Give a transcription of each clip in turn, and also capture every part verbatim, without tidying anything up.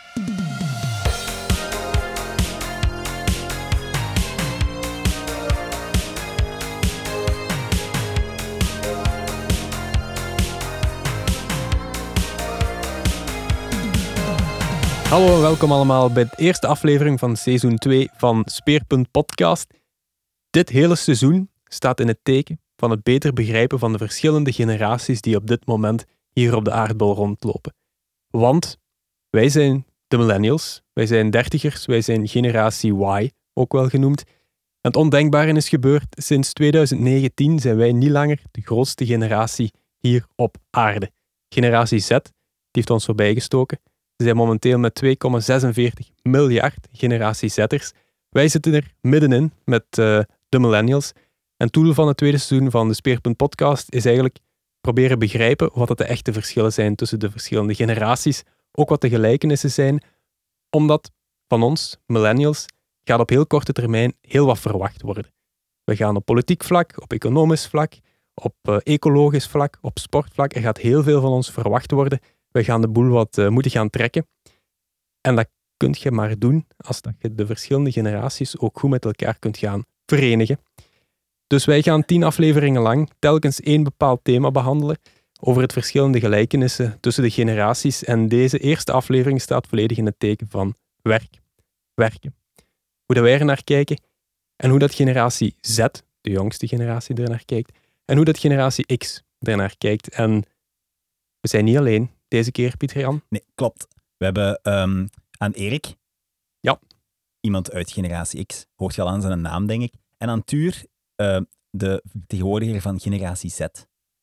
Hallo en welkom allemaal bij de eerste aflevering van seizoen twee van Speerpunt Podcast. Dit hele seizoen staat in het teken van het beter begrijpen van de verschillende generaties die op dit moment hier op de aardbol rondlopen. Want wij zijn de millennials, wij zijn dertigers, wij zijn generatie Y, ook wel genoemd. En het ondenkbare is gebeurd, sinds tweeduizend negentien zijn wij niet langer de grootste generatie hier op aarde. Generatie Z, die heeft ons voorbijgestoken. Ze zijn momenteel met twee komma zesenveertig miljard generatie Z'ers. Wij zitten er middenin met uh, de millennials. En het doel van het tweede seizoen van de Speerpunt Podcast is eigenlijk proberen begrijpen wat de echte verschillen zijn tussen de verschillende generaties. Ook wat de gelijkenissen zijn. Omdat van ons, millennials, gaat op heel korte termijn heel wat verwacht worden. We gaan op politiek vlak, op economisch vlak, op uh, ecologisch vlak, op sportvlak. Er gaat heel veel van ons verwacht worden. We gaan de boel wat uh, moeten gaan trekken. En dat kun je maar doen als dat je de verschillende generaties ook goed met elkaar kunt gaan verenigen. Dus wij gaan tien afleveringen lang telkens één bepaald thema behandelen over het verschillende gelijkenissen tussen de generaties. En deze eerste aflevering staat volledig in het teken van werk. Werken. Hoe dat wij er naar kijken en hoe dat generatie Z, de jongste generatie, er naar kijkt. En hoe dat generatie X er naar kijkt. En we zijn niet alleen deze keer, Pieter-Jan. Nee, klopt. We hebben um, aan Erik, ja. iemand uit generatie X, hoort je al aan zijn naam, denk ik. En aan Tuur, uh, de vertegenwoordiger van generatie Z,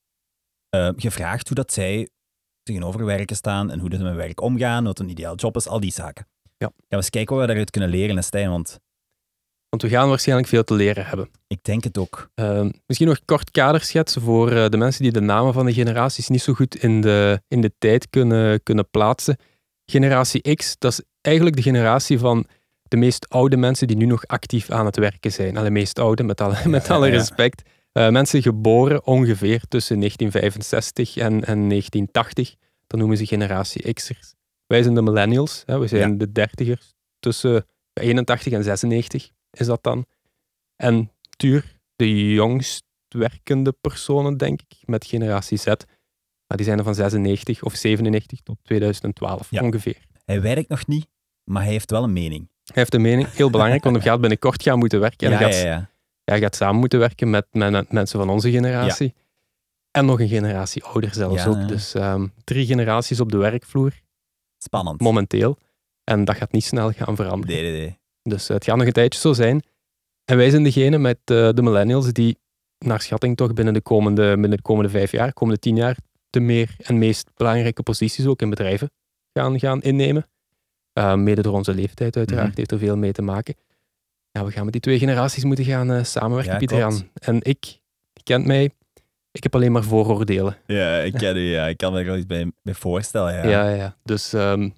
uh, gevraagd hoe dat zij tegenover werken staan en hoe dat met werk omgaan, wat een ideale job is, al die zaken. Ja. Gaan we eens kijken wat we daaruit kunnen leren, Stijn, want... Want we gaan waarschijnlijk veel te leren hebben. Ik denk het ook. Uh, misschien nog een kort kader schetsen voor uh, de mensen die de namen van de generaties niet zo goed in de, in de tijd kunnen, kunnen plaatsen. Generatie X, dat is eigenlijk de generatie van de meest oude mensen die nu nog actief aan het werken zijn. Alle meest oude, met alle, met alle respect. Uh, mensen geboren ongeveer tussen negentien vijfenzestig en, en negentien tachtig. Dat noemen ze generatie X'ers. Wij zijn de millennials. Hè, we zijn ja. de dertigers tussen eenentachtig en zesennegentig. Is dat dan? En Tuur, de jongst werkende personen, denk ik, met generatie Z. Maar die zijn er van zesennegentig of zevenennegentig tot tweeduizend twaalf, ja. ongeveer. Hij werkt nog niet, maar hij heeft wel een mening. Hij heeft een mening, heel belangrijk, want hij gaat binnenkort gaan moeten werken. En ja, hij, gaat, ja, ja. hij gaat samen moeten werken met, met mensen van onze generatie. Ja. En nog een generatie ouder zelfs ja, ook. Ja. Dus um, drie generaties op de werkvloer. Spannend. Momenteel. En dat gaat niet snel gaan veranderen. Nee, nee, nee. Dus het gaat nog een tijdje zo zijn. En wij zijn degene met uh, de millennials die naar schatting toch binnen de komende, binnen de komende vijf jaar, komende tien jaar, de meer en meest belangrijke posities ook in bedrijven gaan, gaan innemen. Uh, mede door onze leeftijd uiteraard, mm-hmm. heeft er veel mee te maken. Ja, we gaan met die twee generaties moeten gaan uh, samenwerken, ja, Pieter-Jan. En ik, je kent mij, ik heb alleen maar vooroordelen. Ja, ik ken u, ja. Ik kan me er wel iets bij, bij voorstellen. Ja, ja. ja. Dus... Um,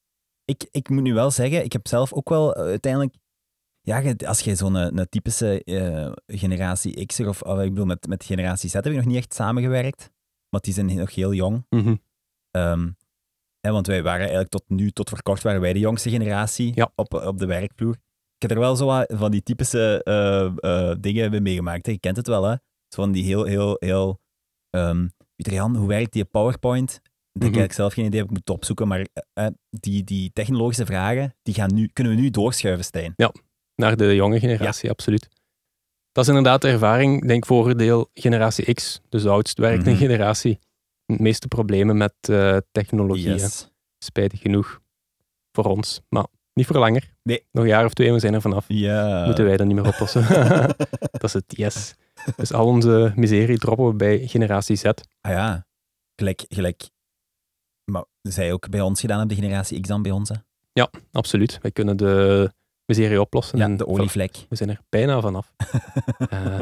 ik, ik moet nu wel zeggen, ik heb zelf ook wel uh, uiteindelijk... Ja, als jij zo'n een, een typische uh, generatie X'er, of, of ik bedoel, met, met generatie Z heb ik nog niet echt samengewerkt, maar die zijn nog heel jong. Mm-hmm. Um, hè, want wij waren eigenlijk tot nu, tot voor kort, waren wij de jongste generatie ja. op, op de werkvloer. Ik heb er wel zo wat van die typische uh, uh, dingen bij meegemaakt. Hè. Je kent het wel, hè? Zo van die heel, heel, heel... Um, Jan, hoe werkt die PowerPoint? Dat mm-hmm. ik zelf geen idee heb, ik moet opzoeken, maar uh, die, die technologische vragen, die gaan nu, kunnen we nu doorschuiven, Stijn. Ja. Naar de jonge generatie, ja. absoluut. Dat is inderdaad de ervaring, denk vooroordeel generatie X, dus de oudst werkende mm-hmm. generatie. De meeste problemen met uh, technologie. Yes. Spijtig genoeg voor ons, maar niet voor langer. Nee. Nog een jaar of twee en we zijn er vanaf. Ja. Moeten wij dat niet meer oplossen. Dat is het yes. Dus al onze miserie droppen we bij generatie Z. Ah ja, gelijk, gelijk. Maar zij ook bij ons gedaan hebben, de generatie X dan bij ons, hè? Ja, absoluut. Wij kunnen de... miserie oplossen. Ja, en de olievlek. We zijn er bijna vanaf. uh,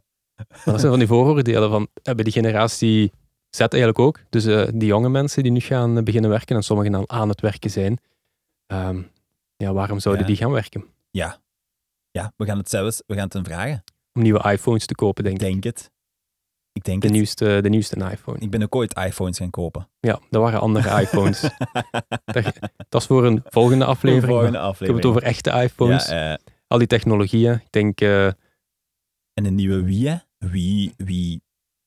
dat zijn van die vooroordelen van uh, bij die generatie Z eigenlijk ook. Dus uh, die jonge mensen die nu gaan uh, beginnen werken en sommigen al aan het werken zijn. Um, ja, waarom zouden ja. die gaan werken? Ja. Ja, we gaan het zelfs, we gaan het hen vragen. Om nieuwe iPhones te kopen, denk ik. Denk het. Ik denk De het. nieuwste, de nieuwste iPhone. Ik ben ook ooit iPhones gaan kopen. Ja, dat waren andere iPhones. dat, dat is voor een volgende aflevering. Volgende maar aflevering. Ik heb het over echte iPhones. Ja, uh, Al die technologieën. Ik denk... Uh, en een nieuwe Wii, hè? Wii, Wii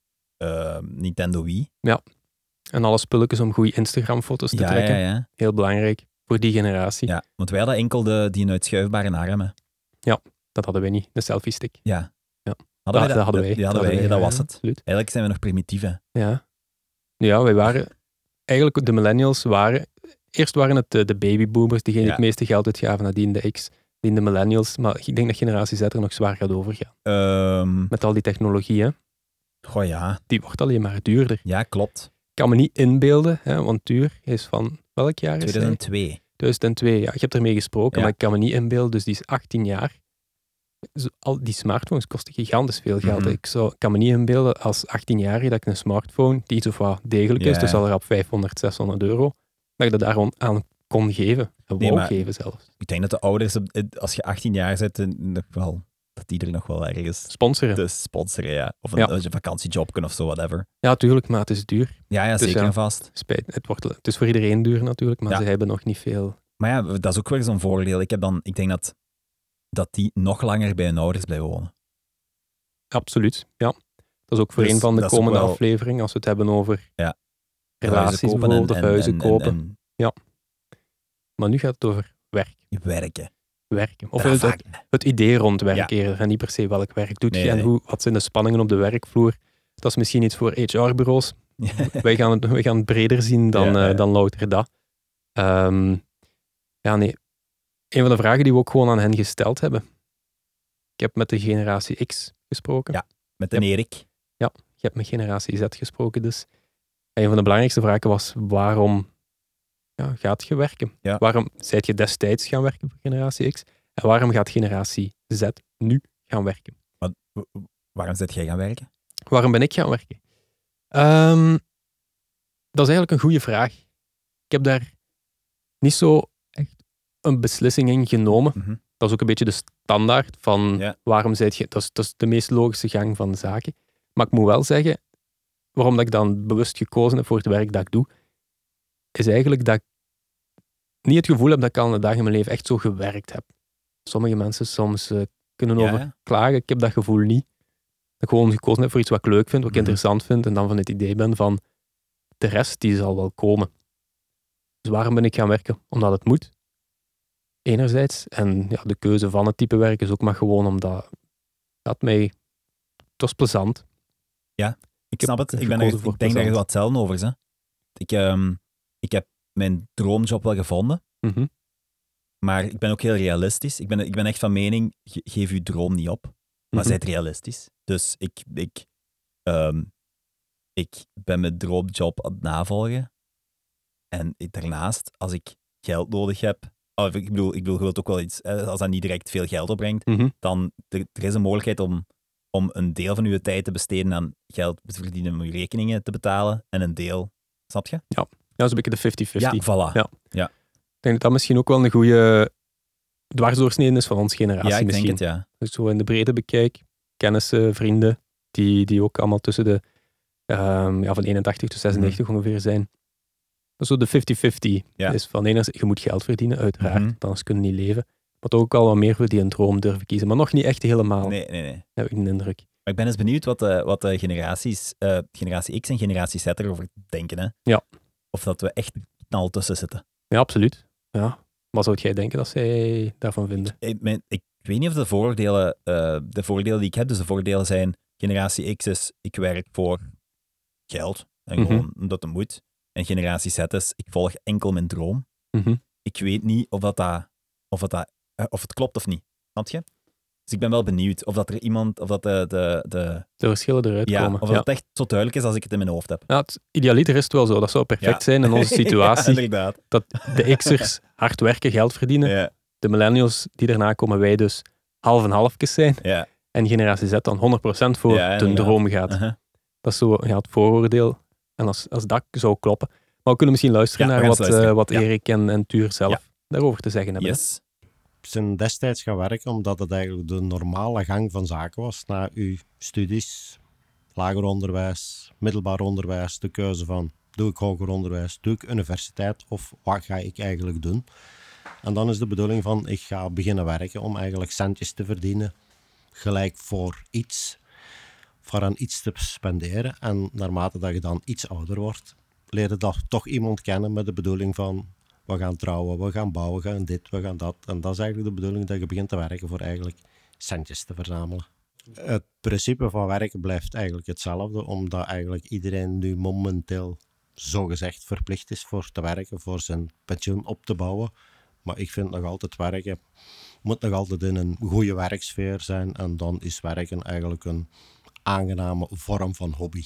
uh, Nintendo Wii. Ja. En alle spulletjes om goede Instagram-foto's te ja, trekken. Ja, ja. Heel belangrijk voor die generatie. Ja, want wij hadden enkel de, die uitschuifbare armen. Ja, dat hadden wij niet. De selfie-stick. Ja. ja. Hadden dat, wij dat, dat hadden wij. Die hadden wij, wij, dat ja, was het. Absoluut. Eigenlijk zijn we nog primitief, hè? Ja. Ja, wij waren... Eigenlijk, de millennials waren... Eerst waren het de, de babyboomers, diegenen die ja. het meeste geld uitgaven, nadien de X, nadien de millennials. Maar ik denk dat generatie Z er nog zwaar gaat overgaan. Um, Met al die technologieën. Goh, ja. Die wordt alleen maar duurder. Ja, klopt. Ik kan me niet inbeelden, hè, want duur is van... Welk jaar is tweeduizend twee. tweeduizend twee, ja. Ik heb ermee gesproken, ja. maar ik kan me niet inbeelden. Dus die is achttien jaar. Al die smartphones kosten gigantisch veel geld. Mm-hmm. Ik zou, kan me niet inbeelden als achttienjarige dat ik een smartphone, die iets of wat degelijk is, ja, dus al er op vijfhonderd, zeshonderd euro, dat ik dat daar aan kon geven. En nee, wou geven zelfs. Ik denk dat de ouders, als je achttien jaar bent, nog wel, dat die er nog wel ergens... Sponsoren. Dus sponsoren, ja. Of een, ja. een vakantiejobken of zo, whatever. Ja, tuurlijk, maar het is duur. Ja, ja, dus zeker en ja, vast. Spijt, het, wordt, het is voor iedereen duur natuurlijk, maar ja. ze hebben nog niet veel. Maar ja, dat is ook weer zo'n voordeel. Ik, heb dan, ik denk dat, dat die nog langer bij hun ouders blijven wonen. Absoluut, ja. Dat is ook voor dus een van de komende wel... afleveringen, als we het hebben over ja. relaties bijvoorbeeld, of huizen en, kopen. En, en... Ja. Maar nu gaat het over werk. Werken. Werken. Of het, het, het idee rond werken ja. en niet per se welk werk doet nee, je en nee. hoe, wat zijn de spanningen op de werkvloer. Dat is misschien iets voor H R-bureaus. Ja. wij, gaan het, wij gaan het breder zien dan, ja, ja. Uh, dan louter dat. Um, ja, nee. Een van de vragen die we ook gewoon aan hen gesteld hebben. Ik heb met de generatie X gesproken. Ja, met de Erik. Ja, je hebt met generatie Z gesproken dus. En een van de belangrijkste vragen was, waarom ja, gaat je werken? Ja. Waarom zijt je destijds gaan werken voor generatie X? En waarom gaat generatie Z nu gaan werken? Maar, waarom zit jij gaan werken? Waarom ben ik gaan werken? Um, dat is eigenlijk een goede vraag. Ik heb daar niet zo echt een beslissing in genomen. Mm-hmm. Dat is ook een beetje de standaard van ja. waarom zijt je... Dat is, dat is de meest logische gang van de zaken. Maar ik moet wel zeggen, waarom dat ik dan bewust gekozen heb voor het werk dat ik doe, is eigenlijk dat ik niet het gevoel heb dat ik al een dag in mijn leven echt zo gewerkt heb. Sommige mensen soms uh, kunnen over ja. klagen. Ik heb dat gevoel niet. Dat ik gewoon gekozen heb voor iets wat ik leuk vind, wat ik mm-hmm. interessant vind, en dan van het idee ben van de rest, die zal wel komen. Dus waarom ben ik gaan werken? Omdat het moet. Enerzijds. En ja, de keuze van het type werk is ook maar gewoon omdat dat mij... Het was plezant. Ja, ik, ik snap het. Ik, ben er, ik denk daar wat hetzelfde over. Hè. Ik, um, ik heb mijn droomjob wel gevonden. Mm-hmm. Maar ik ben ook heel realistisch. Ik ben, ik ben echt van mening, ge, geef je droom niet op. Maar mm-hmm. zijt realistisch. Dus ik, ik, um, ik ben mijn droomjob aan het navolgen. En daarnaast, als ik geld nodig heb... Oh, ik bedoel, ik bedoel, je wilt ook wel iets... Als dat niet direct veel geld opbrengt, mm-hmm. dan er, er is een mogelijkheid om, om een deel van je tijd te besteden aan geld te verdienen om je rekeningen te betalen. En een deel... Snap je? Ja, ja dat is een beetje de vijftig vijftig. Ja, voilà. Ja. Ja. Ik denk dat dat misschien ook wel een goede dwarsdoorsnede is van onze generatie. Ja, ik misschien. denk het, ja. Dus zo in de brede bekijk, kennissen, vrienden, die, die ook allemaal tussen de um, ja, van eenentachtig tot zesennegentig mm. ongeveer zijn. Dat is zo de vijftig vijftig. Ja. Is van enerzijds, je moet geld verdienen, uiteraard, mm-hmm. anders kun je niet leven. Maar toch ook al wat meer voor die een droom durven kiezen. Maar nog niet echt helemaal. Nee, nee, nee. Heb ik een indruk. Maar ik ben eens benieuwd wat de, wat de generaties, uh, generatie X en generatie Z erover denken. Hè? Ja. Of dat we echt knal tussen zitten. Ja, absoluut. Ja. Wat zou jij denken dat zij daarvan vinden? Ik, mijn, ik weet niet of de voordelen, uh, de voordelen die ik heb, dus de voordelen zijn, generatie X is, ik werk voor geld. En mm-hmm. gewoon omdat het moet. En generatie Z is, ik volg enkel mijn droom. Mm-hmm. Ik weet niet of, dat dat, of, dat dat, uh, of het klopt of niet. Snap je? Dus ik ben wel benieuwd of dat er iemand, of dat de... De, de, de verschillen eruit ja, komen. Of ja. dat het echt zo duidelijk is als ik het in mijn hoofd heb. Ja, het, idealiter is het wel zo. Dat zou perfect ja. zijn in onze situatie. Ja, inderdaad. Dat de X'ers hard werken, geld verdienen. Ja. De millennials die daarna komen, wij dus half en halfjes zijn. Ja. En generatie Z dan honderd procent voor ja, de droom gaat. Uh-huh. Dat is zo ja, het vooroordeel. En als, als dat zou kloppen. Maar we kunnen misschien luisteren ja, naar wat, luisteren. Uh, wat ja. Erik en, en Tuur zelf ja. daarover te zeggen hebben. Yes. Ik ben destijds gaan werken omdat het eigenlijk de normale gang van zaken was na uw studies lager onderwijs, middelbaar onderwijs, de keuze van doe ik hoger onderwijs, doe ik universiteit of wat ga ik eigenlijk doen? En dan is de bedoeling van ik ga beginnen werken om eigenlijk centjes te verdienen, gelijk voor iets, voor aan iets te spenderen. En naarmate dat je dan iets ouder wordt, leer je dat toch iemand kennen met de bedoeling van we gaan trouwen, we gaan bouwen, we gaan dit, we gaan dat. En dat is eigenlijk de bedoeling dat je begint te werken voor eigenlijk centjes te verzamelen. Het principe van werken blijft eigenlijk hetzelfde, omdat eigenlijk iedereen nu momenteel zogezegd verplicht is voor te werken, voor zijn pensioen op te bouwen. Maar ik vind nog altijd werken, moet nog altijd in een goede werksfeer zijn en dan is werken eigenlijk een aangename vorm van hobby.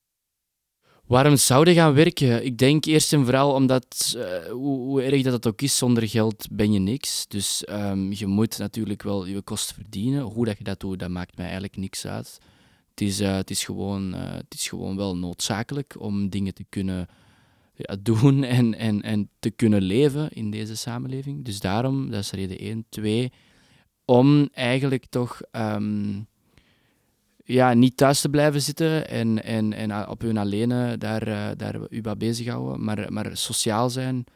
Waarom zouden gaan werken? Ik denk eerst en vooral omdat, uh, hoe, hoe erg dat het ook is, zonder geld ben je niks. Dus um, je moet natuurlijk wel je kost verdienen. Hoe dat je dat doet, dat maakt mij eigenlijk niks uit. Het is, uh, het is, gewoon, uh, het is gewoon wel noodzakelijk om dingen te kunnen ja, doen en, en, en te kunnen leven in deze samenleving. Dus daarom, dat is reden één. Twee, om eigenlijk toch... Um, Ja, niet thuis te blijven zitten en, en, en op hun alleen daar, uh, daar u bij bezighouden, maar, maar sociaal zijn,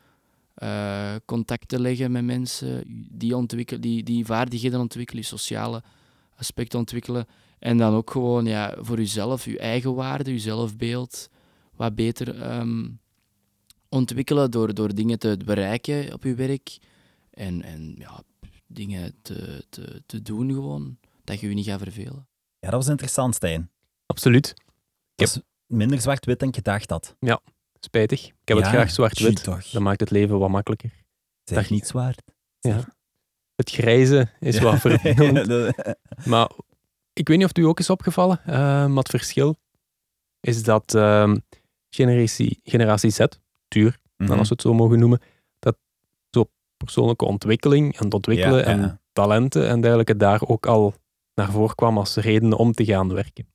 uh, contacten leggen met mensen, die, ontwikkelen, die, die vaardigheden ontwikkelen, je sociale aspecten ontwikkelen. En dan ook gewoon ja, voor jezelf, je eigen waarde, je zelfbeeld wat beter um, ontwikkelen door, door dingen te bereiken op je werk en, en ja, dingen te, te, te doen gewoon, dat je je niet gaat vervelen. Ja, dat was interessant, Stijn. Absoluut. Dat is minder zwart-wit dan ik gedacht had. Ja, spijtig. Ik heb ja, het graag zwart-wit. toch. Dat maakt het leven wat makkelijker. Zeg Dat niet zwart. Ja. Het grijze is Ja. wat vervelend. Maar ik weet niet of het u ook is opgevallen, uh, maar het verschil is dat uh, generatie, generatie Z, tuur, Mhm. dan als we het zo mogen noemen, dat zo persoonlijke ontwikkeling en het ontwikkelen Ja, ja. en talenten en dergelijke daar ook al naar voren kwam als reden om te gaan werken.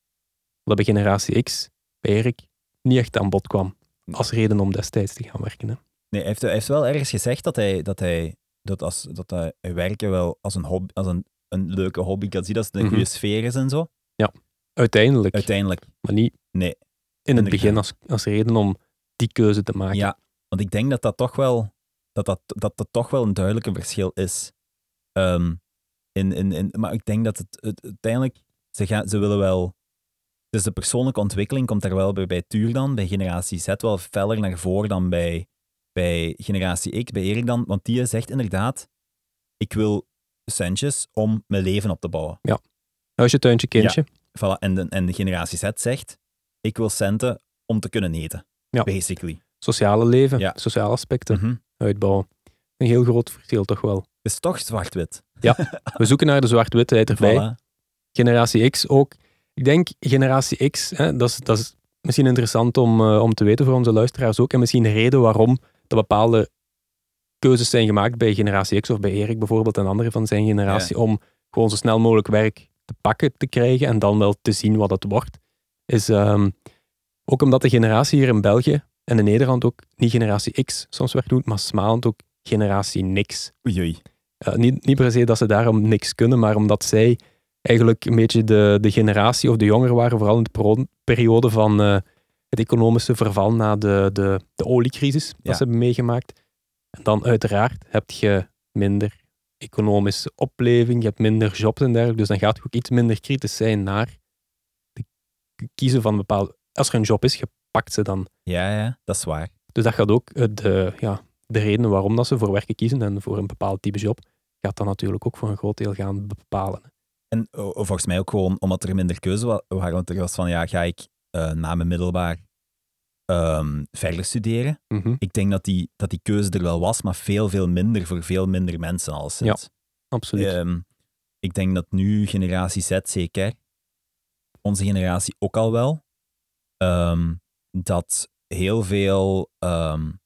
Dat bij generatie X, bij Erik, niet echt aan bod kwam als reden om destijds te gaan werken. Hè. Nee, hij heeft, hij heeft wel ergens gezegd dat hij, dat hij, dat als, dat hij werken wel als een, hobby, als een, een leuke hobby kan zien, dat het een Mhm. goede sfeer is en zo. Uiteindelijk, Uiteindelijk, maar niet nee. in het inderdaad. begin als, als reden om die keuze te maken. Ja, want ik denk dat dat toch wel, dat dat, dat, dat toch wel een duidelijke verschil is. Ehm, in, in, in, maar ik denk dat het, het uiteindelijk, ze, gaan, ze willen wel, dus de persoonlijke ontwikkeling komt daar wel bij, bij Tuur dan, bij generatie Z wel feller naar voren dan bij, bij generatie X, bij Erik dan, want die zegt inderdaad, ik wil centjes om mijn leven op te bouwen. Huisje, tuintje, kindje. Voilà. En, de, en de generatie Z zegt, ik wil centen om te kunnen eten. Ja. Basically. Sociale leven, Ja. sociale aspecten Mhm. uitbouwen. Een heel groot verschil toch wel. Het is toch zwart-wit. We zoeken naar de zwart-witheid erbij. Voilà. Generatie X ook. Ik denk generatie X, hè, dat, is, dat is misschien interessant om, uh, om te weten voor onze luisteraars ook. En misschien de reden waarom er bepaalde keuzes zijn gemaakt bij generatie X of bij Erik bijvoorbeeld en anderen van zijn generatie. Ja. Om gewoon zo snel mogelijk werk te pakken te krijgen en dan wel te zien wat het wordt. Is um, ook omdat de generatie hier in België en in Nederland ook niet generatie X soms werd genoemd, maar smalend ook generatie niks. Oei, oei. Uh, niet, niet per se dat ze daarom niks kunnen, maar omdat zij eigenlijk een beetje de, de generatie of de jongeren waren, vooral in de pro- periode van uh, het economische verval na de, de, de oliecrisis dat Ja. ze hebben meegemaakt. En dan uiteraard heb je minder economische opleving, je hebt minder jobs en dergelijke, dus dan gaat je ook iets minder kritisch zijn naar het kiezen van bepaalde... Als er een job is, je pakt ze dan. Ja, ja, dat is waar. Dus dat gaat ook uh, de, ja, de reden waarom dat ze voor werken kiezen en voor een bepaald type job, gaat dan natuurlijk ook voor een groot deel gaan bepalen. En uh, volgens mij ook gewoon omdat er minder keuze wa- waren. Want er was van, ja, ga ik uh, na mijn middelbaar um, verder studeren? Mm-hmm. Ik denk dat die, dat die keuze er wel was, maar veel, veel minder voor veel minder mensen al sinds. Absoluut. Um, ik denk dat nu generatie Z zeker, onze generatie ook al wel, um, dat heel veel um,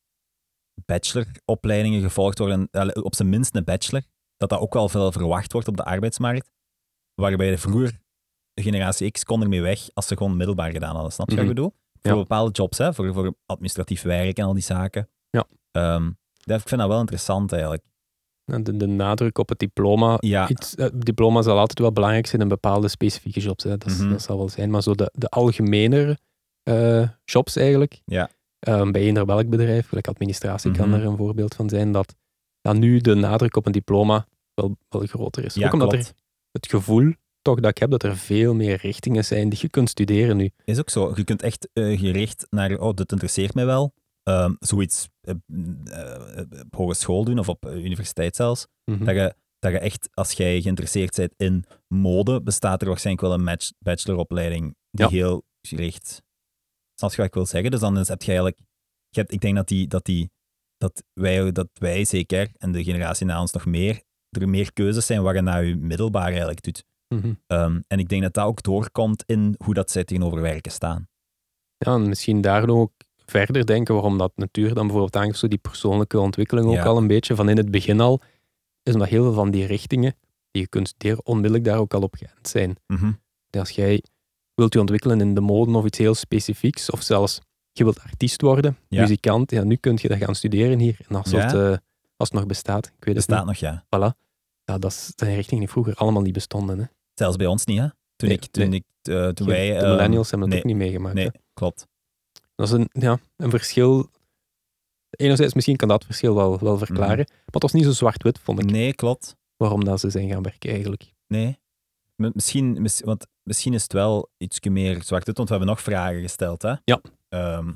bacheloropleidingen gevolgd worden, op zijn minst een bachelor, dat dat ook wel veel verwacht wordt op de arbeidsmarkt. Waarbij de vroeger de generatie X kon ermee weg als ze gewoon middelbaar gedaan hadden. Snap je Mm-hmm. wat ik bedoel? Ja. Voor bepaalde jobs, hè? Voor, voor administratief werk en al die zaken. Ja. Um, dat, ik vind dat wel interessant eigenlijk. De, de nadruk op het diploma. Ja. Iets, het diploma zal altijd wel belangrijk zijn in bepaalde specifieke jobs. Hè. Dat, is, Mhm. dat zal wel zijn. Maar zo de, de algemenere uh, jobs eigenlijk, Ja. um, bij eender welk bedrijf, gelijk administratie Mhm. kan er een voorbeeld van zijn, dat, dat nu de nadruk op een diploma wel, wel groter is. Ja, Ook omdat klopt. er het gevoel toch dat ik heb dat er veel meer richtingen zijn die je kunt studeren nu. Is ook zo. Je kunt echt uh, gericht naar, oh, dit interesseert mij wel. Um, zoiets uh, uh, op hogeschool doen of op uh, universiteit zelfs. Mm-hmm. Dat je, dat je echt, als jij geïnteresseerd bent in mode, bestaat er waarschijnlijk wel een match, bacheloropleiding die Ja. heel gericht. Snap je wat ik wil zeggen? Dus dan is, heb je eigenlijk, je hebt, ik denk dat, die, dat, die, dat, wij, dat wij zeker, en de generatie na ons nog meer, er meer keuzes zijn waar je naar je middelbaar eigenlijk doet. Mm-hmm. Um, en ik denk dat dat ook doorkomt in hoe dat zij tegenover werken staan. Ja, en misschien daar ook verder denken waarom dat natuur dan bijvoorbeeld aangeeft, zo die persoonlijke ontwikkeling ook Ja. al een beetje van in het begin al, is omdat heel veel van die richtingen die je kunt studeren onmiddellijk daar ook al op geënt zijn. Mm-hmm. Als jij wilt je ontwikkelen in de mode of iets heel specifieks, of zelfs je wilt artiest worden, Ja. muzikant, ja, nu kun je dat gaan studeren hier. En als, Ja. het, uh, als het nog bestaat, ik weet Bestaat het nog, ja. niet. Voilà. Ja, dat is- zijn richtingen die vroeger allemaal niet bestonden. Hè. Zelfs bij ons niet, hè? Toen, Nee, ik, toen, nee. ik, uh, toen Geen- wij... de um, millennials hebben het nee, ook niet meegemaakt. Nee, Hè. klopt. Dat is een, ja, een verschil. Enerzijds, misschien kan dat verschil wel, wel verklaren, Mm-hmm. maar het was niet zo zwart-wit, vond ik, Nee, klopt. waarom dat ze zijn gaan werken eigenlijk. Nee. M- Misschien, mis- want misschien is het wel iets meer zwart-wit, want we hebben nog vragen gesteld, hè? Ja. Um,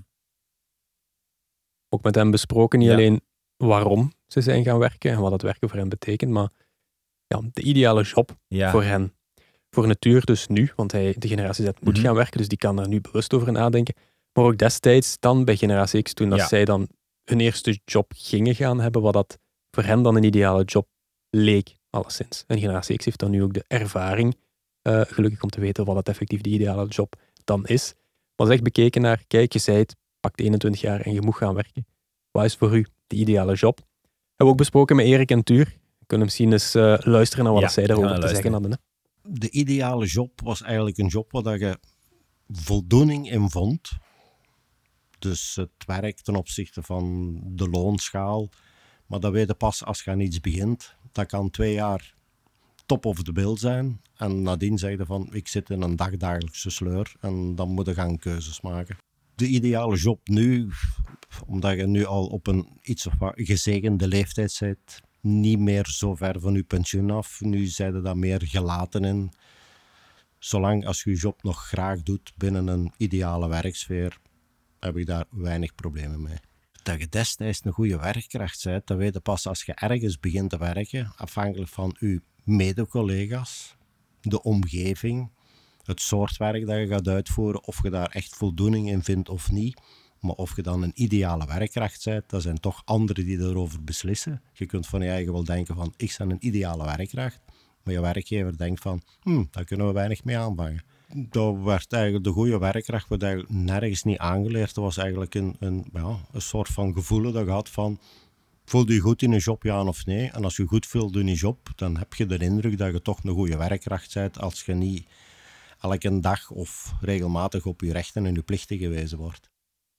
Ook met hem besproken, niet Ja. alleen waarom ze zijn gaan werken en wat het werken voor hen betekent, maar ja, de ideale job ja. voor hen. Voor natuur dus nu, want hij, de generatie Z moet Mhm. gaan werken, dus die kan daar nu bewust over nadenken. Maar ook destijds dan bij generatie X, toen dat Ja. zij dan hun eerste job gingen gaan hebben, wat dat voor hen dan een ideale job leek, alleszins. En generatie X heeft dan nu ook de ervaring, uh, gelukkig om te weten wat het effectief de ideale job dan is. Maar zeg bekeken naar, kijk, je zei het, pakt eenentwintig jaar en je moet gaan werken. Wat is voor u de ideale job? Hebben we ook besproken met Erik en Tuur. We kunnen misschien eens uh, luisteren naar wat Ja, zij gaan we daarover te luisteren. zeggen hadden. Hè? De ideale job was eigenlijk een job waar je voldoening in vond. Dus het werk ten opzichte van de loonschaal. Maar dat weet je pas als je aan iets begint. Dat kan twee jaar top of the bill zijn. En nadien zeg je van, ik zit in een dagdagelijkse sleur. En dan moet je gaan keuzes maken. De ideale job nu, omdat je nu al op een iets of wat gezegende leeftijd bent, niet meer zo ver van je pensioen af. Nu zijn je daar meer gelaten in. Zolang als je je job nog graag doet binnen een ideale werksfeer, heb ik daar weinig problemen mee. Dat je destijds een goede werkkracht bent, dat weet je pas als je ergens begint te werken, afhankelijk van je mede-collega's, de omgeving, het soort werk dat je gaat uitvoeren, of je daar echt voldoening in vindt of niet. Maar of je dan een ideale werkkracht bent, dat zijn toch anderen die erover beslissen. Je kunt van je eigen wel denken van, ik ben een ideale werkkracht. Maar je werkgever denkt van, hm, daar kunnen we weinig mee aanvangen. Dat werd eigenlijk de goede werkkracht, werd eigenlijk nergens niet aangeleerd. Dat was eigenlijk een, een, ja, een soort van gevoel dat je had van, voel je goed in je job, ja of nee? En als je goed voelt in je job, dan heb je de indruk dat je toch een goede werkkracht bent als je niet elke dag of regelmatig op je rechten en je plichten gewezen wordt.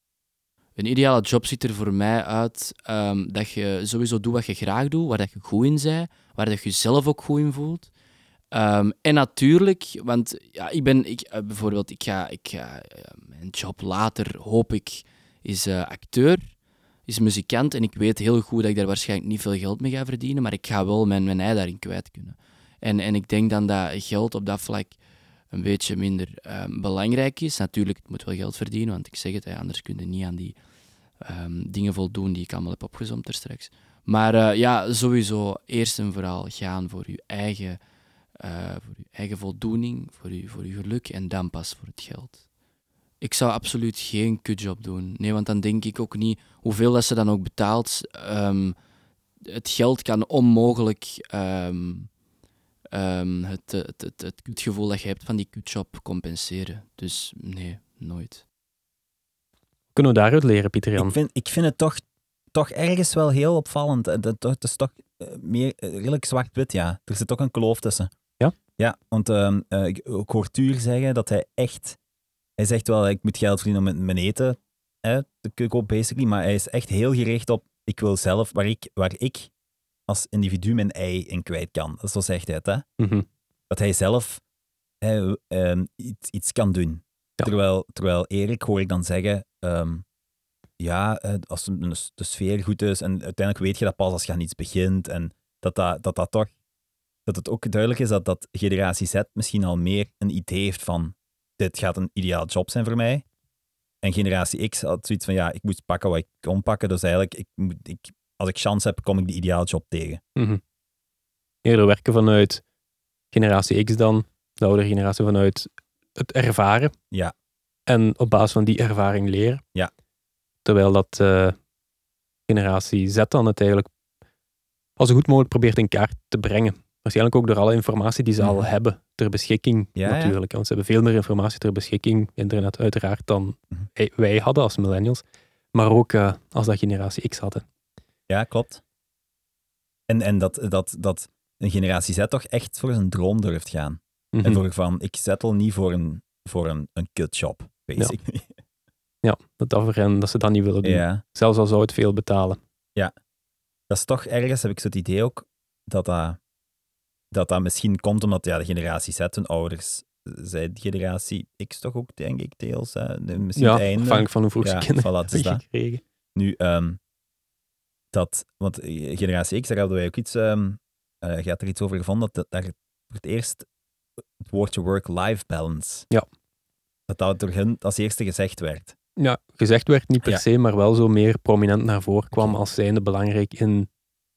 Een ideale job ziet er voor mij uit um, dat je sowieso doet wat je graag doet, waar dat je goed in bent, waar dat je jezelf ook goed in voelt. Um, en natuurlijk, want ja, ik ben ik, uh, bijvoorbeeld, ik ga, ik ga uh, mijn job later, hoop ik, is uh, acteur, is muzikant. En ik weet heel goed dat ik daar waarschijnlijk niet veel geld mee ga verdienen, maar ik ga wel mijn, mijn ei daarin kwijt kunnen. En, en ik denk dan dat geld op dat vlak een beetje minder um, belangrijk is. Natuurlijk, het moet wel geld verdienen, want ik zeg het, hè, anders kun je niet aan die um, dingen voldoen die ik allemaal heb opgezomd daar straks. Maar uh, ja, sowieso eerst en vooral gaan voor je eigen, uh, voor je eigen voldoening, voor je, voor je geluk en dan pas voor het geld. Ik zou absoluut geen kutjob doen. Nee, want dan denk ik ook niet hoeveel dat ze dan ook betaalt. Um, het geld kan onmogelijk um, um, het, het, het, het kutgevoel dat je hebt van die kutjob compenseren. Dus nee, nooit. Kunnen we daaruit leren, Pieter Jan? Ik vind, ik vind het toch, toch ergens wel heel opvallend. Dat, dat, dat is toch uh, meer uh, redelijk zwart-wit, ja. Er zit toch een kloof tussen. Ja? Ja, want uh, uh, ik, ik hoor Tuur zeggen dat hij echt... Hij zegt wel, ik moet geld verdienen om mijn eten hè, te kopen, basically. Maar hij is echt heel gericht op, ik wil zelf, waar ik, waar ik als individu mijn ei in kwijt kan. Zo zegt hij het, hè? Mhm. Dat hij zelf eh, eh, iets, iets kan doen. Ja. Terwijl, terwijl Erik hoor ik dan zeggen, um, ja, eh, als de sfeer goed is en uiteindelijk weet je dat pas als je aan iets begint en dat dat, dat, dat toch, dat het ook duidelijk is dat, dat generatie Z misschien al meer een idee heeft van dit gaat een ideaal job zijn voor mij. En generatie X had zoiets van, ja, ik moet pakken wat ik kon pakken, dus eigenlijk, ik moet, ik, als ik chance heb, kom ik die ideaal job tegen. Mm-hmm. Eerder werken vanuit generatie X dan, de oudere generatie, vanuit het ervaren. Ja. En op basis van die ervaring leren. Ja. Terwijl dat uh, generatie Z dan het eigenlijk als zo goed mogelijk probeert in kaart te brengen. Waarschijnlijk ook door alle informatie die ze mm. al hebben ter beschikking ja, natuurlijk. Ja. Want ze hebben veel meer informatie ter beschikking, internet uiteraard, dan mm. wij hadden als millennials. Maar ook uh, als dat generatie X hadden. Ja, klopt. En, en dat, dat, dat een generatie Z toch echt voor zijn droom durft gaan. Mm-hmm. En voor van, ik settle niet voor een, voor een, een kutjob, basically. Ja. ja, dat dat voor hen, dat ze dat niet willen doen. Ja. Zelfs al zou het veel betalen. Ja. Dat is toch ergens, heb ik zo het idee ook, dat dat, dat, dat misschien komt omdat ja, de generatie Z, hun ouders, zij de generatie X toch ook, denk ik, deels. Hè? Misschien ja, het einde. afhankelijk van hoe vroeg ja, ze kinderen voilà, hebben gekregen. Nu, um, dat, want generatie X, daar hadden wij ook iets, um, uh, je had er iets over gevonden, dat daar voor het eerst het woordje work-life balance, ja. dat dat door hen als eerste gezegd werd. Ja, gezegd werd niet per ja. se, maar wel zo meer prominent naar voren kwam okay. als zijnde belangrijk in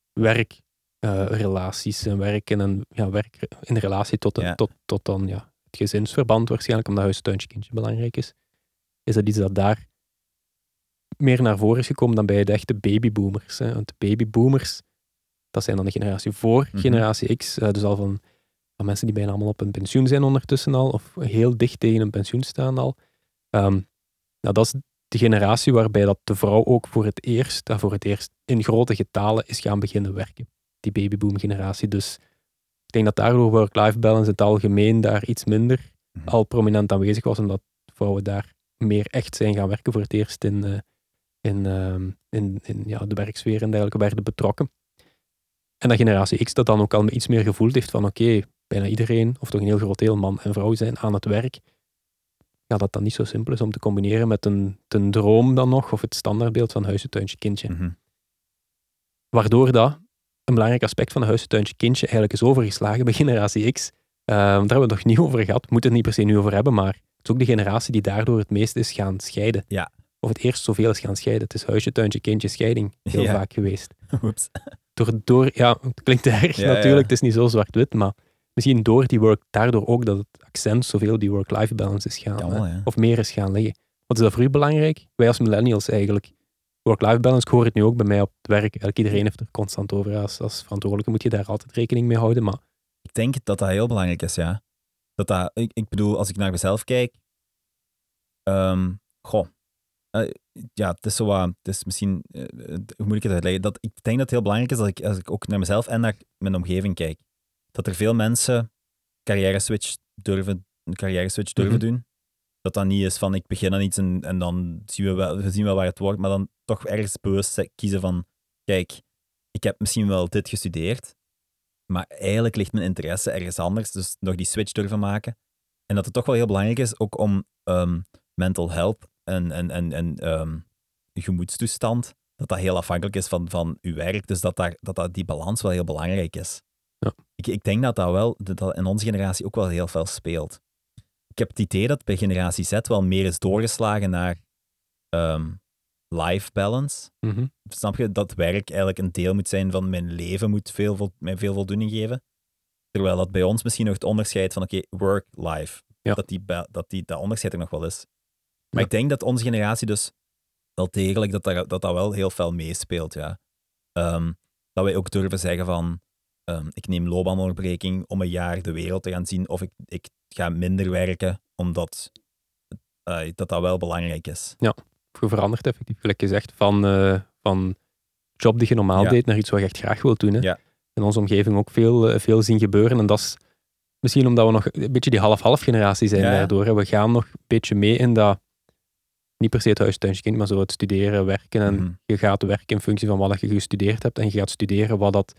werkrelaties uh, en werk in, een, ja, werk in relatie tot, een, ja. tot, tot dan ja, het gezinsverband waarschijnlijk, omdat huis, tuintje, kindje belangrijk is. Is dat iets dat daar meer naar voren is gekomen dan bij de echte babyboomers. Hè? Want de babyboomers, dat zijn dan de generatie voor mm-hmm. generatie X, uh, dus al van, van mensen die bijna allemaal op een pensioen zijn ondertussen al, of heel dicht tegen een pensioen staan al. Um, nou, dat is de generatie waarbij dat de vrouw ook voor het eerst, uh, voor het eerst in grote getalen is gaan beginnen werken. Die babyboom-generatie. Dus ik denk dat daardoor work-life balance in het algemeen daar iets minder mm-hmm. al prominent aanwezig was, omdat vrouwen daar meer echt zijn gaan werken voor het eerst in, uh, in, uh, in, in ja, de werksfeer en dergelijke werden betrokken. En dat generatie X dat dan ook al iets meer gevoeld heeft van oké, okay, bijna iedereen, of toch een heel groot deel man en vrouw zijn aan het werk. Ja, dat dat niet zo simpel is om te combineren met een, een droom dan nog, of het standaardbeeld van huisje, tuintje, kindje. Mm-hmm. Waardoor dat een belangrijk aspect van een huisje, tuintje, kindje eigenlijk is overgeslagen bij generatie X. Uh, daar hebben we het nog niet over gehad, we moeten het niet per se nu over hebben, maar het is ook de generatie die daardoor het meest is gaan scheiden. Ja. Of het eerst zoveel is gaan scheiden. Het is huisje, tuintje, kindje, scheiding heel ja. vaak geweest. Oeps. Door, door, ja, het klinkt erg ja, natuurlijk, ja. Het is niet zo zwart-wit, maar misschien door die work, daardoor ook dat het accent zoveel die work-life balance is gaan, Jammer, ja. of meer is gaan liggen. Wat is dat voor u belangrijk? Wij als millennials eigenlijk. Work-life balance, ik hoor het nu ook bij mij op het werk. Elk iedereen heeft er constant over. Als, als verantwoordelijke moet je daar altijd rekening mee houden, maar... Ik denk dat dat heel belangrijk is, ja. Dat dat, ik, ik bedoel, als ik naar mezelf kijk, um, goh, uh, ja, het is zo wat, het is misschien, uh, hoe moet ik het uitleggen? Dat, ik denk dat het heel belangrijk is dat ik, als ik ook naar mezelf en naar mijn omgeving kijk, dat er veel mensen carrière switch durven, een carrière switch durven mm-hmm. doen. Dat dat niet is van, ik begin aan iets en, en dan zien we, wel, we zien wel waar het wordt, maar dan toch ergens bewust kiezen van, kijk, ik heb misschien wel dit gestudeerd, maar eigenlijk ligt mijn interesse ergens anders, dus nog die switch durven maken. En dat het toch wel heel belangrijk is, ook om um, mental health en, en, en, en um, gemoedstoestand, dat dat heel afhankelijk is van, van uw werk, dus dat, daar, dat, dat die balans wel heel belangrijk is. Ja. Ik, ik denk dat dat wel, dat dat in onze generatie ook wel heel veel speelt. Ik heb het idee dat bij generatie Z wel meer is doorgeslagen naar um, life balance. Mm-hmm. Snap je? Dat werk eigenlijk een deel moet zijn van mijn leven, moet veel, vol, mij veel voldoening geven. Terwijl dat bij ons misschien nog het onderscheid van, oké, okay, work-life, ja. dat, die, dat, die, dat onderscheid er nog wel is. Maar ja. ik denk dat onze generatie dus wel degelijk, dat dat, dat, dat wel heel veel meespeelt, ja. Um, dat wij ook durven zeggen van, um, ik neem loopbaanonderbreking om een jaar de wereld te gaan zien, of ik, ik ga minder werken, omdat uh, dat dat wel belangrijk is. Ja, je verandert effectief, gelijk gezegd, van, uh, van job die je normaal ja. deed naar iets wat je echt graag wilt doen. Hè. Ja. In onze omgeving ook veel, uh, veel zien gebeuren. En dat is misschien omdat we nog een beetje die half-half generatie zijn ja. daardoor. Hè. We gaan nog een beetje mee in dat, niet per se het huis, tuintje, kind, maar zo het studeren, werken. En mm-hmm. je gaat werken in functie van wat je gestudeerd hebt. En je gaat studeren wat dat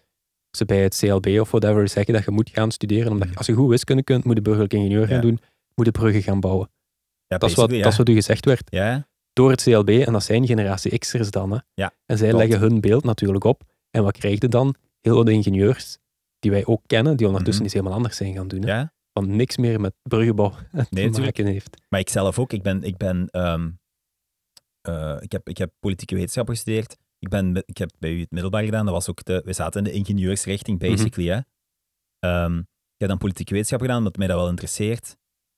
ze bij het C L B of whatever zeggen dat je moet gaan studeren. Omdat je, als je goed wiskunde kunt, moet je burgerlijk ingenieur gaan Ja. doen, moet je bruggen gaan bouwen. Ja, Dat is, wat, basically, dat is wat u gezegd werd. ja. Ja, Door het C L B, en dat zijn generatie X'ers dan. Hè. Ja, en zij klopt. leggen hun beeld natuurlijk op. En wat krijg je dan? Heel wat ingenieurs, die wij ook kennen, die ondertussen Mhm. iets helemaal anders zijn gaan doen. Hè. ja. Want niks meer met bruggenbouw te natuurlijk. maken heeft. Maar ik zelf ook. Ik ben... Ik, ben, ehm, eh, ik, heb, ik heb politieke wetenschappen gestudeerd. Ik, ben, ik heb bij u het middelbaar gedaan. Dat was ook de, we zaten in de ingenieursrichting, basically. Hè. Ehm, ik heb dan politieke wetenschap gedaan, omdat mij dat wel interesseert.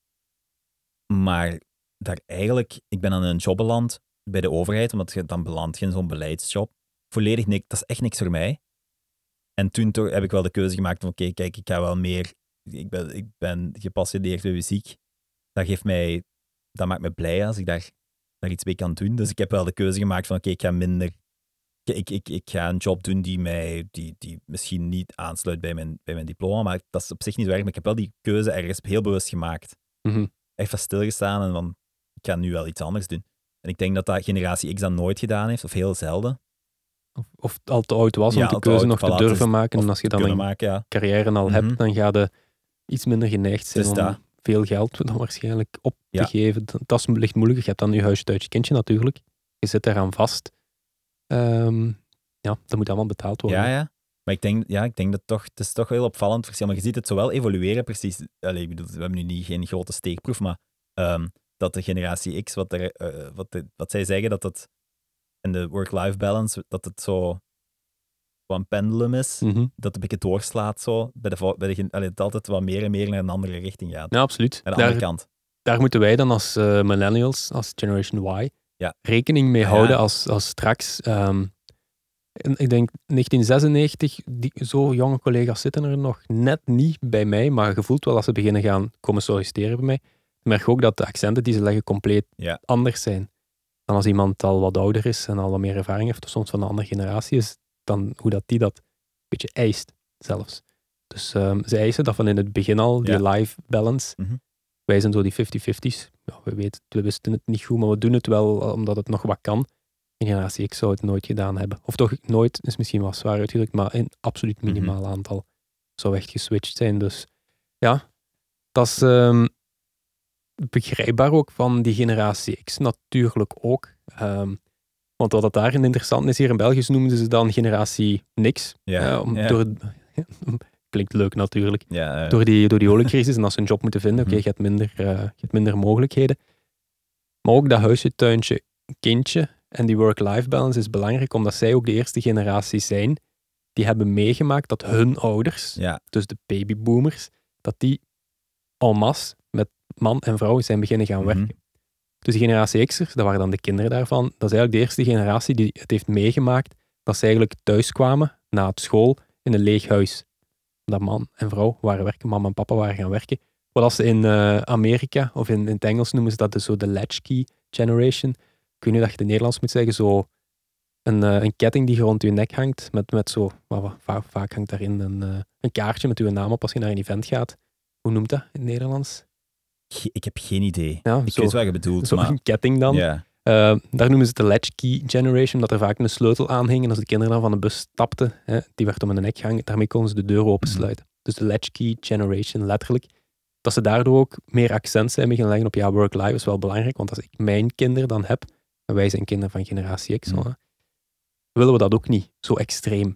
Maar daar eigenlijk... Ik ben aan een job beland bij de overheid, omdat je dan belandt je in zo'n beleidsjob. Volledig niks. Dat is echt niks voor mij. En toen toch heb ik wel de keuze gemaakt van oké, kijk, ik ga wel meer... Ik ben, ik ben gepassioneerd door muziek. Dat geeft mij... Dat maakt me blij als ik daar, daar iets mee kan doen. Dus ik heb wel de keuze gemaakt van oké, ik ga minder... Ik, ik, ik, ik ga een job doen die mij... Die, die misschien niet aansluit bij mijn, bij mijn diploma, maar dat is op zich niet zo erg. Maar ik heb wel die keuze ergens heel bewust gemaakt. Mhm. Echt van stilgestaan en van... Ik ga nu wel iets anders doen. En ik denk dat dat generatie X dat nooit gedaan heeft, of heel zelden. Of, of het al te oud was om Ja, de al te keuze oud, nog voilà, te durven dus- maken. of En als je dan kunnen een maken, ja. carrière al Mhm. hebt, dan ga je iets minder geneigd zijn Dus om dat. veel geld dan waarschijnlijk op Ja. te geven. Dat, dat is licht moeilijk. Je hebt dan je huisje, thuisje, kindje natuurlijk. Je zit eraan vast. Ehm, ja, dat moet allemaal betaald worden. Ja, ja. Maar ik denk, ja, ik denk dat toch, het is toch wel heel opvallend verschil. Maar je ziet het zowel evolueren, precies. Allee, ik bedoel, we hebben nu niet, geen grote steekproef, maar ehm, dat de generatie X, wat, er, eh, wat, de, wat zij zeggen, dat het in de work-life balance, dat het zo wat een pendulum is, Mhm. dat het een beetje doorslaat zo. Bij de, vo- bij de, gen- allee, dat het altijd wat meer en meer naar een andere richting gaat. Ja, absoluut. Naar de Daar, andere kant. daar moeten wij dan als eh, millennials, als Generation Y, Ja. rekening mee Ja. houden als, als straks... ehm, en ik denk negentien zesennegentig, die, zo jonge collega's zitten er nog net niet bij mij, maar je voelt wel als ze beginnen gaan komen solliciteren bij mij. Ik merk ook dat de accenten die ze leggen compleet Ja. anders zijn. Dan als iemand al wat ouder is en al wat meer ervaring heeft, of soms van een andere generatie is, dan hoe dat die dat een beetje eist zelfs. Dus ehm, ze eisen dat van in het begin al, die Ja. life balance. Mhm. Wij zijn zo die fifty-fifty's. Ja, we, weten, we wisten het niet goed, maar we doen het wel omdat het nog wat kan. Een generatie X zou het nooit gedaan hebben. Of toch nooit, is misschien wel zwaar uitgedrukt, maar een absoluut minimaal aantal zou echt geswitcht zijn. Dus ja, dat is ehm, begrijpbaar ook van die generatie X natuurlijk ook. Ehm, want wat dat daarin interessant is, hier in België noemden ze dan generatie niks. Ja. Eh, om, Ja. door het, klinkt leuk natuurlijk. Ja, eh, Door die, door die oliecrisis en als ze een job moeten vinden, oké, Mhm. je hebt minder, eh, je hebt minder mogelijkheden. Maar ook dat huisje, tuintje, kindje en die work-life balance is belangrijk, omdat zij ook de eerste generatie zijn die hebben meegemaakt dat hun ouders, ja. dus de babyboomers, dat die en masse met man en vrouw zijn beginnen gaan Mhm. werken. Dus de generatie X'ers, dat waren dan de kinderen daarvan, dat is eigenlijk de eerste generatie die het heeft meegemaakt dat ze eigenlijk thuis kwamen na het school in een leeg huis. Dat man en vrouw waren werken, mama en papa waren gaan werken. Wat als ze in eh, Amerika, of in, in het Engels noemen ze dat dus zo de latchkey generation. Ik weet niet dat je het in het Nederlands moet zeggen, zo een, eh, een ketting die rond je nek hangt, met, met zo, wat, wat, vaak, vaak hangt daarin een, eh, een kaartje met uw naam op als je naar een event gaat. Hoe noemt dat in het Nederlands? Ge- Ik heb geen idee. Ja, Ik zo, weet wat je bedoelt, zo'n maar... ketting dan. Ja. Eh, daar noemen ze het de latchkey generation, dat er vaak een sleutel aan hing. En als de kinderen dan van de bus stapten, hè, die werd om hun nek gehangen, daarmee konden ze de deur opensluiten. Dus de latchkey generation, letterlijk. Dat ze daardoor ook meer accent zijn beginnen leggen op ja, work-life is wel belangrijk, want als ik mijn kinderen dan heb, en wij zijn kinderen van generatie X, Mm. hè, willen we dat ook niet, zo extreem.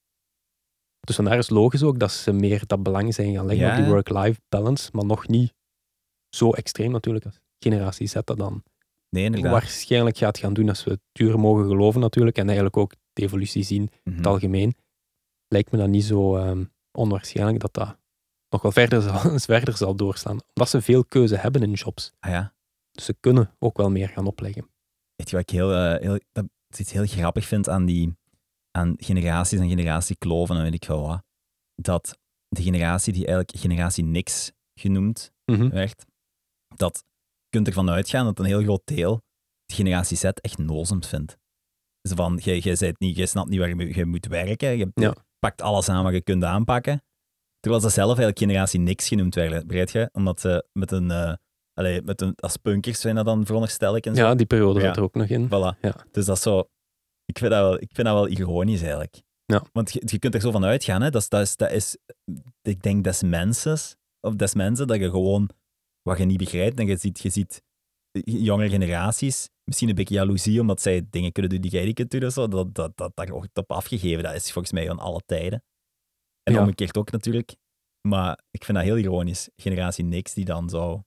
Dus vandaar is logisch ook dat ze meer dat belang zijn gaan leggen Ja. op die work-life balance, maar nog niet zo extreem natuurlijk als generatie Z dat dan Nee, inderdaad. waarschijnlijk gaat gaan doen als we het duur mogen geloven natuurlijk en eigenlijk ook de evolutie zien in Mhm. het algemeen. Lijkt me dat niet zo ehm, onwaarschijnlijk dat dat nog wel verder zal, verder zal doorslaan. Omdat ze veel keuze hebben in jobs. Ah ja. Dus ze kunnen ook wel meer gaan opleggen. Weet je wat ik heel, eh, heel, dat is iets heel grappig vind aan, die, aan generaties en generatiekloven en weet ik wel wat. Dat de generatie die eigenlijk generatie niks genoemd Mhm. werd, dat je kunt ervan uitgaan dat een heel groot deel de generatie Z echt nozems vindt. Dus van, jij, jij, bent niet, jij snapt niet waar je, moet- je moet werken, je Ja. pakt alles aan wat je kunt aanpakken. Terwijl ze zelf eigenlijk generatie niks genoemd werden, begrijp je? Omdat ze met een, uh, allee, met een, als punkers zijn dat dan veronderstel ik en zo. Ja, die periode Ja. zat er ook nog in. Voilà. Ja. Dus dat is zo, ik vind dat wel, ik vind dat wel ironisch eigenlijk. Ja. Want je, je kunt er zo van uitgaan, hè. Dat is, dat is, dat is, ik denk des mensen, of des mensen, dat je gewoon, wat je niet begrijpt, en je ziet, je ziet jonge generaties, misschien een beetje jaloezie, omdat zij dingen kunnen doen die jij niet kunt doen, zo, dat, dat, dat, dat wordt op afgegeven. Dat is volgens mij van alle tijden. En Ja. omgekeerd ook natuurlijk. Maar ik vind dat heel ironisch. Generatie niks die dan zou...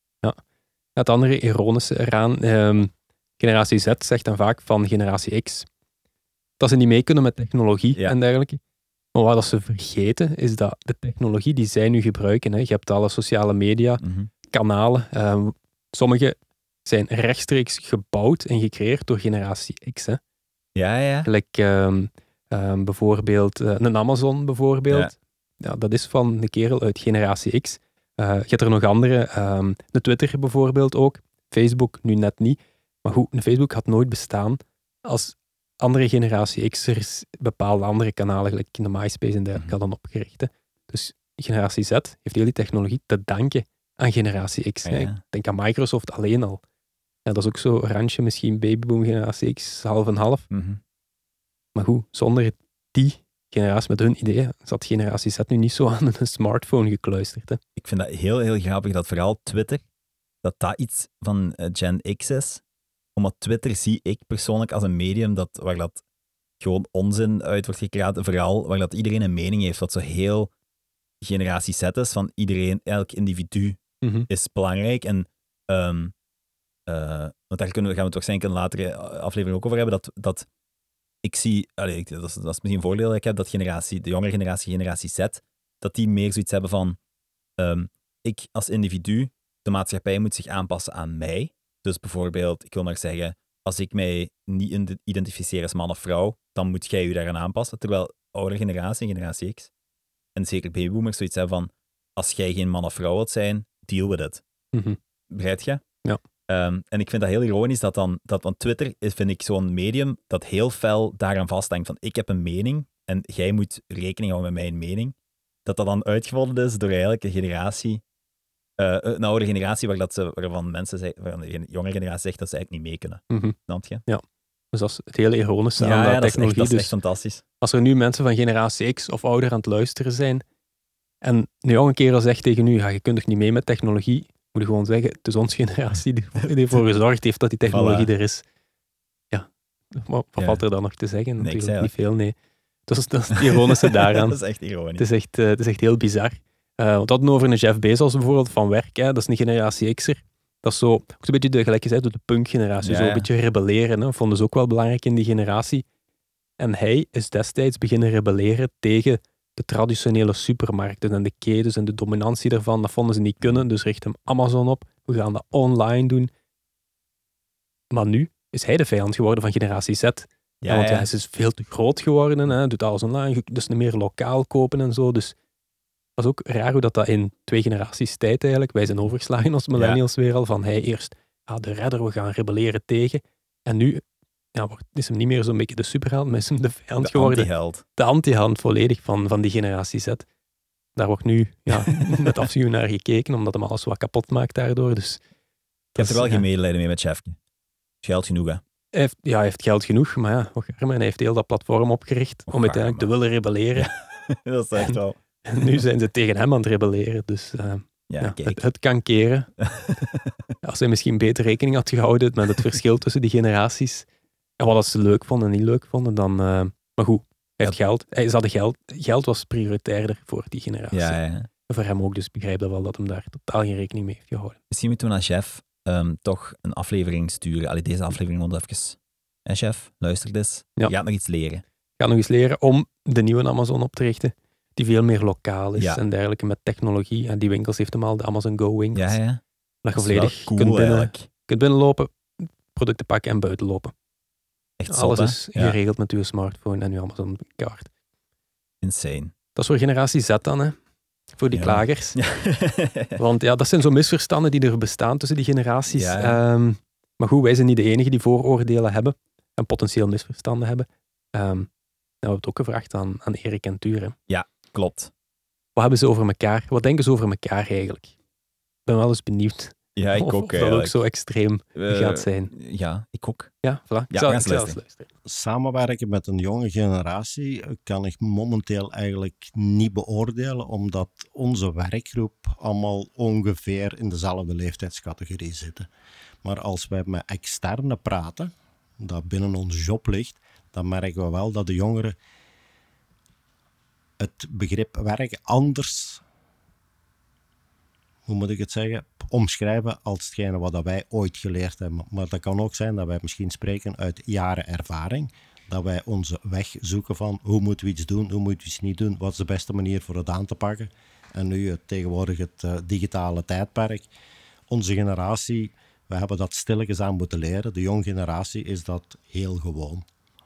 Het andere ironische eraan, ehm, generatie Z zegt dan vaak van generatie X dat ze niet mee kunnen met technologie Ja. en dergelijke. Maar wat dat ze vergeten is dat de technologie die zij nu gebruiken, hè, je hebt alle sociale media, Mhm. kanalen, ehm, sommige zijn rechtstreeks gebouwd en gecreëerd door generatie X. Hè. Ja, ja. Gelijk ehm, ehm, bijvoorbeeld eh, een Amazon bijvoorbeeld. Ja. dat is van de kerel uit generatie X. Uh, je hebt er nog andere, ehm, de Twitter bijvoorbeeld ook. Facebook nu net niet. Maar goed, een Facebook had nooit bestaan als andere generatie X'ers bepaalde andere kanalen, gelijk in de MySpace en dergelijke, hadden opgericht. Hè. Dus generatie Z heeft heel die technologie te danken aan generatie X. Ja, Hè. ja. Ik denk aan Microsoft alleen al. Ja, dat is ook zo een randje, misschien babyboom generatie X, half en half. Mhm. Maar goed, zonder die generatie met hun ideeën zat generatie Z nu niet zo aan een smartphone gekluisterd. Hè. Ik vind dat heel, heel grappig dat vooral Twitter, dat dat iets van eh, Gen X is. Omdat Twitter zie ik persoonlijk als een medium dat, waar dat gewoon onzin uit wordt gekraad. Vooral waar dat iedereen een mening heeft, wat zo heel generatie Z is, van iedereen, elk individu Mhm. is belangrijk. En ehm, eh, want daar kunnen we, gaan we het waarschijnlijk in een latere aflevering ook over hebben, dat, dat ik zie, allee, ik- dat, is, dat is misschien een voordeel dat ik heb, dat generatie, de jongere generatie, generatie Z, dat die meer zoiets hebben van, ehm, ik als individu, de maatschappij moet zich aanpassen aan mij. Dus bijvoorbeeld, ik wil maar zeggen, als ik mij niet ide- identificeer als man of vrouw, dan moet jij je daaraan aanpassen. Terwijl oudere generatie, generatie X, en zeker babyboomers zoiets hebben van, als jij geen man of vrouw wilt zijn, deal with it. Mhm. Begrijp je? Ja. Ehm, en ik vind dat heel ironisch dat dan, dat, want Twitter is, vind ik, zo'n medium dat heel fel daaraan vasthangt van ik heb een mening en jij moet rekening houden met mijn mening. Dat dat dan uitgevonden is door eigenlijk een generatie, eh, een oude generatie waar dat ze, waarvan mensen zeggen, waarvan de jonge generatie zegt dat ze eigenlijk niet mee kunnen. Mhm. Snap je? Dus dat is het hele ironische aan ja, dat ja, dat is echt, technologie. dat is Dus echt fantastisch. als er nu mensen van generatie X of ouder aan het luisteren zijn en nu al een kerel zegt tegen u, ja, je kunt toch niet mee met technologie, moet je gewoon zeggen, het is onze generatie die, die ervoor gezorgd heeft dat die technologie Voilà. er is. Ja, maar wat Ja. valt er dan nog te zeggen? Niks, Natuurlijk niet eigenlijk. veel, nee. Dat is, dat is het ironische daaraan. dat is echt ironisch. Het is echt, eh, het is echt heel bizar. Uh, want we hadden over een Jeff Bezos bijvoorbeeld van werk. Hè. Dat is een generatie X'er. Dat is zo, ook zo'n beetje de, gelijk gezegd, de punkgeneratie. Ja, Zo een ja. beetje rebelleren. Hè. Vonden ze ook wel belangrijk in die generatie. En hij is destijds beginnen rebelleren tegen de traditionele supermarkten en de ketens en de dominantie daarvan. Dat vonden ze niet kunnen, dus richt hem Amazon op. We gaan dat online doen. Maar nu is hij de vijand geworden van generatie Z. Ja, Ja, want ja. hij is veel te groot geworden. Hè. Doet alles online, dus niet meer lokaal kopen en zo. Dus dat is ook raar hoe dat, dat in twee generaties tijd eigenlijk, wij zijn overgeslagen als millennials weer al, van hij eerst, ah, de redder, we gaan rebelleren tegen. En nu ja, wordt, is hem niet meer zo'n beetje de superheld, maar is hem de vijand De geworden. antiheld. De anti-hand volledig van, van die generatie Z. Daar wordt nu ja, met afschuw naar gekeken, omdat hem alles wat kapot maakt daardoor. Dus, Ik heb er wel ja. geen medelijden mee met Chefke. Geld genoeg, hè. Hij heeft, ja, hij heeft geld genoeg, maar ja, och arme, en hij heeft heel dat platform opgericht Och om uiteindelijk te arme. willen rebelleren. dat is echt wel... En nu zijn ze tegen hem aan het rebelleren. Dus uh, Ja, ja, kijk. het, het kan keren. Als hij misschien beter rekening had gehouden met het verschil tussen die generaties. En wat ze leuk vonden en niet leuk vonden, dan... Uh, maar goed, hij heeft geld. Hij, ze hadden geld. Geld was prioritairder voor die generatie. Ja, ja. En voor hem ook, dus ik begrijp dat wel dat hem daar totaal geen rekening mee heeft gehouden. Misschien moeten we naar Chef um, toch een aflevering sturen. Allee, deze aflevering want even. Hé, Chef, luister dus. Ja. Je gaat nog iets leren. Ik ga nog eens leren om de nieuwe Amazon op te richten, die veel meer lokaal is Ja. en dergelijke, met technologie. En die winkels heeft hem al, de Amazon Go winkels. Ja, ja. Dat je Dat is volledig wel cool, kunt, binnen, eigenlijk. kunt binnenlopen, producten pakken en buiten lopen. Echt zot, Alles hè? is Ja. geregeld met uw smartphone en uw Amazon kaart. Insane. Dat is voor generatie Z dan, hè? Voor die Ja. klagers. Ja. Want ja, dat zijn zo misverstanden die er bestaan tussen die generaties. Ja, ja. Ehm, maar goed, wij zijn niet de enigen die vooroordelen hebben en potentieel misverstanden hebben. Um, nou, we hebben het ook gevraagd aan, aan Erik en Tuur. Hè. Klopt. Wat hebben ze over elkaar? Wat denken ze over elkaar eigenlijk? Ik ben wel eens benieuwd Ja, ik of, ook of dat ook eigenlijk. zo extreem Eh, gaat zijn. Ja, ik ook. Ja, voilà. Ik Ja, zal- we gaan ik zal eens eens luisteren. Samenwerken met een jonge generatie kan ik momenteel eigenlijk niet beoordelen, omdat onze werkgroep allemaal ongeveer in dezelfde leeftijdscategorie zitten. Maar als wij met externen praten, dat binnen ons job ligt, dan merken we wel dat de jongeren het begrip werk anders, hoe moet ik het zeggen, omschrijven als hetgene wat dat wij ooit geleerd hebben. Maar dat kan ook zijn dat wij misschien spreken uit jaren ervaring, dat wij onze weg zoeken van hoe moeten we iets doen, hoe moeten we iets niet doen, wat is de beste manier voor het aan te pakken. En nu het, tegenwoordig het uh, digitale tijdperk. Onze generatie, we hebben dat stilletjes aan moeten leren. De jonge generatie is dat heel gewoon.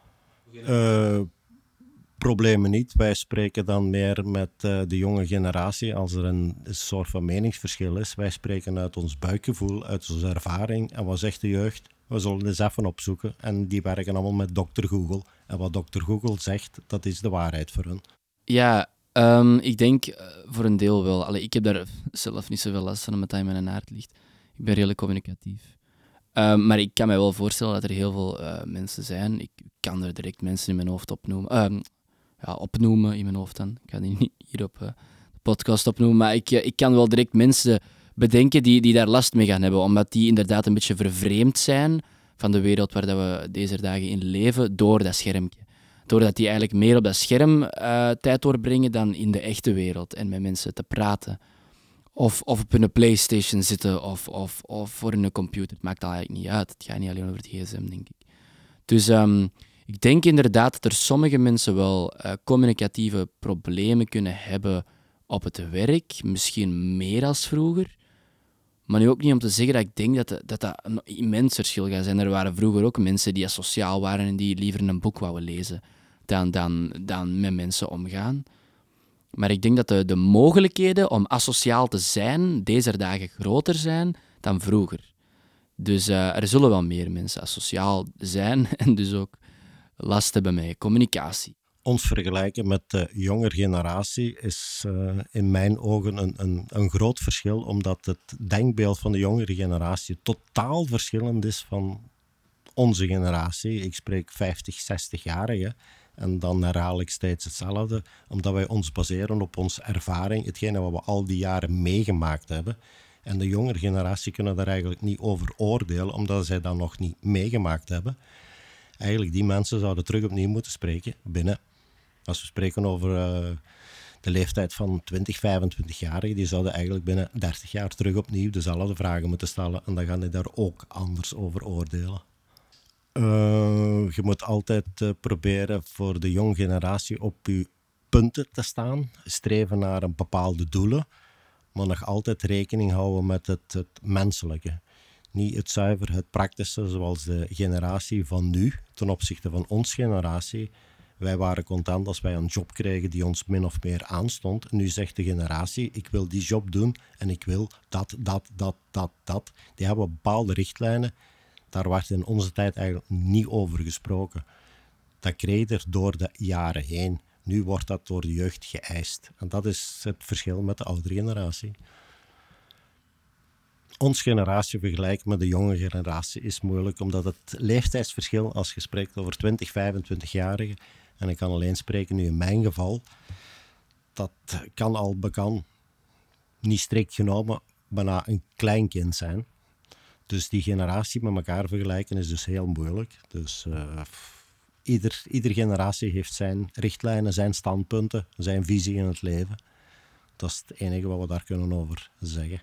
Uh, problemen niet. Wij spreken dan meer met uh, de jonge generatie als er een, een soort van meningsverschil is. Wij spreken uit ons buikgevoel, uit onze ervaring. En wat zegt de jeugd? We zullen eens even opzoeken. En die werken allemaal met dokter Google. En wat dokter Google zegt, dat is de waarheid voor hun. Ja, um, ik denk uh, voor een deel wel. Allee, ik heb daar zelf niet zoveel last van, omdat dat in mijn aard ligt. Ik ben redelijk communicatief. Um, maar ik kan me wel voorstellen dat er heel veel uh, mensen zijn. Ik kan er direct mensen in mijn hoofd opnoemen. Um, ja, opnoemen in mijn hoofd dan. Ik ga die niet hier op uh, de podcast opnoemen. Maar ik, uh, ik kan wel direct mensen bedenken die, die daar last mee gaan hebben. Omdat die inderdaad een beetje vervreemd zijn van de wereld waar dat we deze dagen in leven door dat schermpje. Doordat die eigenlijk meer op dat scherm uh, tijd doorbrengen dan in de echte wereld en met mensen te praten. Of, of op hun PlayStation zitten of, of, of voor hun computer. Het maakt dat eigenlijk niet uit. Het gaat niet alleen over het gsm, denk ik. Dus um, ik denk inderdaad dat er sommige mensen wel uh, communicatieve problemen kunnen hebben op het werk. Misschien meer als vroeger. Maar nu ook niet om te zeggen dat ik denk dat dat, dat een immens verschil gaat zijn. Er waren vroeger ook mensen die asociaal waren en die liever een boek wouden lezen dan, dan, dan met mensen omgaan. Maar ik denk dat de, de mogelijkheden om asociaal te zijn deze dagen groter zijn dan vroeger. Dus uh, er zullen wel meer mensen asociaal zijn en dus ook last hebben met communicatie. Ons vergelijken met de jongere generatie is uh, in mijn ogen een, een, een groot verschil, omdat het denkbeeld van de jongere generatie totaal verschillend is van onze generatie. Ik spreek vijftig, zestig-jarigen. En dan herhaal ik steeds hetzelfde, omdat wij ons baseren op onze ervaring, hetgene wat we al die jaren meegemaakt hebben. En de jongere generatie kunnen daar eigenlijk niet over oordelen, omdat zij dat nog niet meegemaakt hebben. Eigenlijk die mensen zouden terug opnieuw moeten spreken binnen. Als we spreken over uh, de leeftijd van twintig, vijfentwintig-jarigen, die zouden eigenlijk binnen dertig jaar terug opnieuw dezelfde vragen moeten stellen. En dan gaan die daar ook anders over oordelen. Uh, je moet altijd uh, proberen voor de jonge generatie op je punten te staan. Streven naar een bepaalde doelen, maar nog altijd rekening houden met het, het menselijke. Niet het zuiver, het praktische, zoals de generatie van nu ten opzichte van onze generatie. Wij waren content als wij een job kregen die ons min of meer aanstond. En nu zegt de generatie, ik wil die job doen en ik wil dat, dat, dat, dat, dat. Die hebben bepaalde richtlijnen. Daar werd in onze tijd eigenlijk niet over gesproken. Dat kreeg er door de jaren heen. Nu wordt dat door de jeugd geëist. En dat is het verschil met de oudere generatie. Onze generatie vergelijken met de jonge generatie is moeilijk, omdat het leeftijdsverschil, als je spreekt over twintig, vijfentwintig-jarigen, en ik kan alleen spreken nu in mijn geval, dat kan al bekend, niet strikt genomen, bijna een kleinkind zijn. Dus die generatie met elkaar vergelijken is dus heel moeilijk. Dus uh, ieder, ieder generatie heeft zijn richtlijnen, zijn standpunten, zijn visie in het leven. Dat is het enige wat we daar kunnen over zeggen.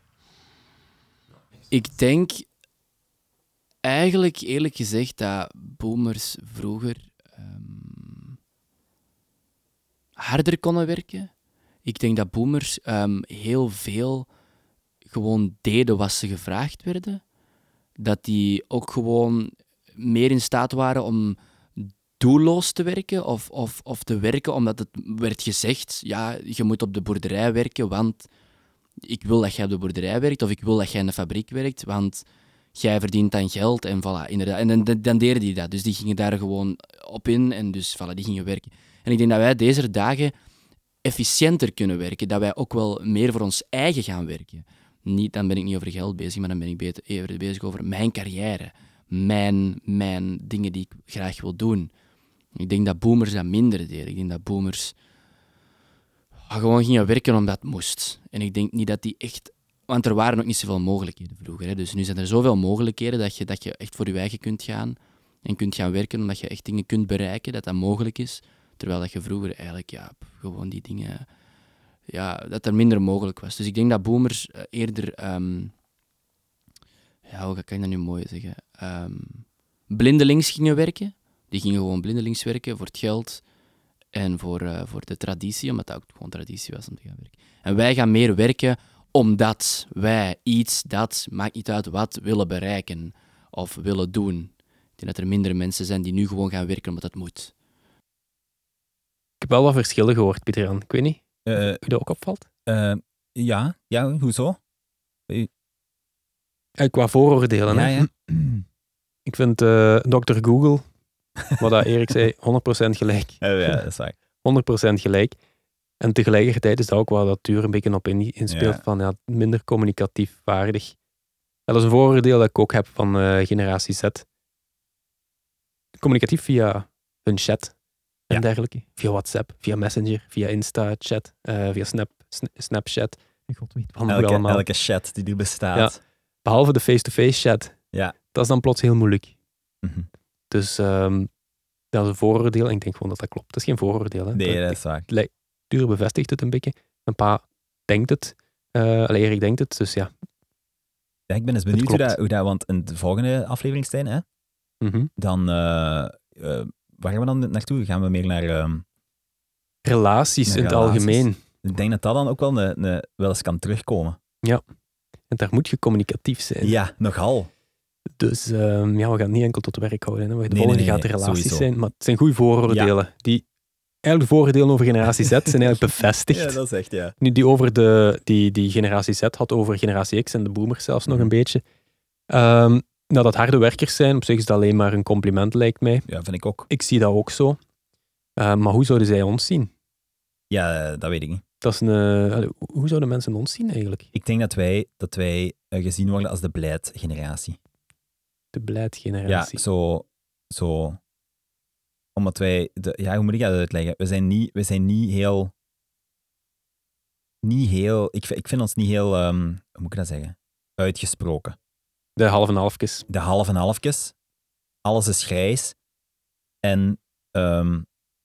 Ik denk eigenlijk eerlijk gezegd dat boomers vroeger um, harder konden werken. Ik denk dat boomers um, heel veel gewoon deden wat ze gevraagd werden. Dat die ook gewoon meer in staat waren om doelloos te werken of, of, of te werken omdat het werd gezegd, ja, je moet op de boerderij werken, want ik wil dat jij op de boerderij werkt of ik wil dat jij in de fabriek werkt, want jij verdient dan geld en voilà, inderdaad. En dan, dan deden die dat. Dus die gingen daar gewoon op in en dus voilà, die gingen werken. En ik denk dat wij deze dagen efficiënter kunnen werken, dat wij ook wel meer voor ons eigen gaan werken. niet, dan ben ik niet over geld bezig, maar dan ben ik beter, eerder bezig over mijn carrière. Mijn, mijn dingen die ik graag wil doen. Ik denk dat boomers dat minder deden. Ik denk dat boomers gewoon gingen werken omdat het moest. En ik denk niet dat die echt... Want er waren ook niet zoveel mogelijkheden vroeger. Hè. Dus nu zijn er zoveel mogelijkheden dat je, dat je echt voor je eigen kunt gaan en kunt gaan werken omdat je echt dingen kunt bereiken, dat dat mogelijk is. Terwijl dat je vroeger eigenlijk ja, gewoon die dingen... Ja, dat er minder mogelijk was. Dus ik denk dat boomers uh, eerder... Um, ja, hoe kan ik dat nu mooi zeggen? Um, blindelings gingen werken. Die gingen gewoon blindelings werken voor het geld en voor, uh, voor de traditie, omdat dat ook gewoon traditie was om te gaan werken. En wij gaan meer werken omdat wij iets, dat, maakt niet uit wat, willen bereiken of willen doen. Ik denk dat er minder mensen zijn die nu gewoon gaan werken omdat het moet. Ik heb wel wat verschillen gehoord, Pieter Jan. Ik weet niet Uh, of u dat ook opvalt. uh, ja, ja, hoezo? Uh, qua vooroordelen. Ja, hè? ja. Ik vind uh, dokter Google, wat dat Erik zei, honderd procent gelijk. Uh, ja, dat is waar. honderd procent gelijk. En tegelijkertijd is dat ook waar dat Tuur een beetje op in, inspeelt Ja. van ja, minder communicatief vaardig. Dat is een vooroordeel dat ik ook heb van uh, generatie Z. Communicatief via hun chat en Ja. dergelijke. Via WhatsApp, via Messenger, via Insta-chat, uh, via Snap, sn- Snapchat. En God weet wat nog Elke, allemaal. elke chat die er bestaat. Behalve de face-to-face chat. Ja. Dat is dan plots heel moeilijk. Mhm. Dus um, dat is een vooroordeel en ik denk gewoon dat dat klopt. Dat is geen vooroordeel. Hè. Nee, dat is waar. Tuur bevestigt het een beetje. Een pa denkt het. Uh, allee, Erik denkt het, dus ja. Ja, ik ben eens benieuwd hoe klopt. dat, hoe dat... Want in de volgende aflevering, Stijn, hè, Mm-hmm. dan... Uh, uh, waar gaan we dan naartoe? Gaan we meer naar... Um, Relaties naar in het relaties. algemeen. Ik denk dat dat dan ook wel, een, een, wel eens kan terugkomen. En daar moet je communicatief zijn. Ja, nogal. Dus um, ja, we gaan het niet enkel tot werk houden. Hè. De Nee, volgende nee, nee, gaat de nee, relaties sowieso. zijn. Maar het zijn goede vooroordelen. Die, eigenlijk de vooroordelen over generatie Z zijn eigenlijk bevestigd. Ja, dat is echt, ja. Nu, die over de die, die generatie Z had over generatie X en de boomers zelfs nog een beetje. Um, nou, dat harde werkers zijn, op zich is dat alleen maar een compliment, lijkt mij. Ja, vind ik ook. Ik zie dat ook zo. Uh, maar hoe zouden zij ons zien? Ja, dat weet ik niet. Dat is een, uh, allee, hoe zouden mensen ons zien eigenlijk? Ik denk dat wij, dat wij uh, gezien worden als de blijd-generatie. De Ja, blijd-generatie. zo, zo... Omdat wij... De, ja, hoe moet ik dat uitleggen? We zijn niet, we zijn niet heel... Niet heel... Ik, ik vind ons niet heel... Um, hoe moet ik dat zeggen? Uitgesproken. De half en halfjes. De half en halfjes. Alles is grijs. En... Um,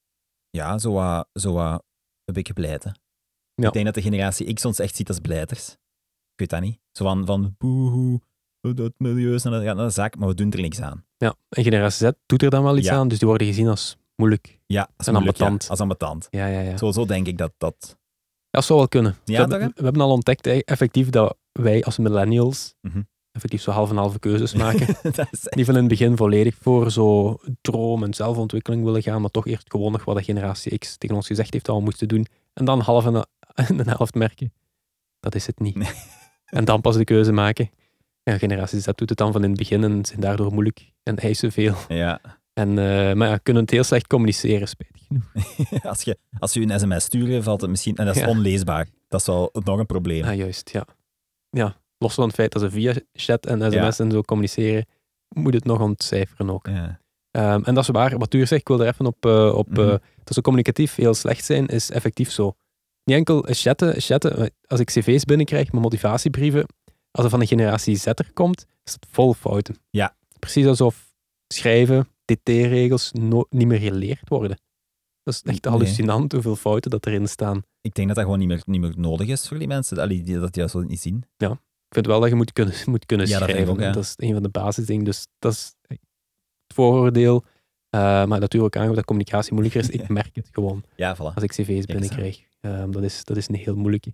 ja, zo wat, zo wat een beetje blijten. Ja. Ik denk dat de generatie X ons echt ziet als blijters. Ik weet dat niet. Zo van, van boehoe, dat milieu is naar de, naar de zaak, maar we doen er niks aan. Ja, en generatie Z doet er dan wel iets Ja. aan, dus die worden gezien als moeilijk. Ja, als En moeilijk, ja. ambetant. Als ambetant. Ja, ja, ja. Zo, zo denk ik dat dat... Dat zou wel kunnen. Ja, we, toch, hè? we hebben al ontdekt eh, effectief dat wij als millennials Mhm. effectief zo half en halve keuzes maken. dat is echt... Die van in het begin volledig voor zo droom en zelfontwikkeling willen gaan, maar toch eerst gewoon nog wat de generatie X tegen ons gezegd heeft dat we moesten doen. En dan half en een, een helft merken. Dat is het niet. Nee. En dan pas de keuze maken. Ja, generatie Z doet het dan van in het begin en zijn daardoor moeilijk en eisen veel. Ja. En, uh, maar ja, kunnen het heel slecht communiceren, spijtig genoeg. als, je, als je een sms sturen, valt het misschien... En dat is Ja. onleesbaar. Dat is wel nog een probleem. Ah, juist, ja. Ja, los van het feit dat ze via chat en sms Ja. en zo communiceren, moet het nog ontcijferen ook. Ja. Um, en dat is waar, wat Tuur zegt, ik wil er even op, uh, op Mhm. uh, dat ze communicatief heel slecht zijn, is effectief zo. Niet enkel chatten, chatten, als ik cv's binnenkrijg, mijn motivatiebrieven, als het van de generatie Z'er komt, is het vol fouten. Ja. Precies alsof schrijven, D T-regels no- niet meer geleerd worden. Dat is echt Nee. hallucinant hoeveel fouten dat erin staan. Ik denk dat dat gewoon niet meer, niet meer nodig is voor die mensen. Allee, die, dat die dat zo niet zien. Ik vind wel dat je moet kunnen, moet kunnen Ja, dat vind ik schrijven. ook, ja. Dat is een van de basisdingen. Dus dat is het vooroordeel. Uh, maar natuurlijk aangeven dat communicatie moeilijker is. Ik merk het gewoon Ja, voilà. als ik cv's eens binnenkrijg. Um, dat, is, dat is een heel moeilijke.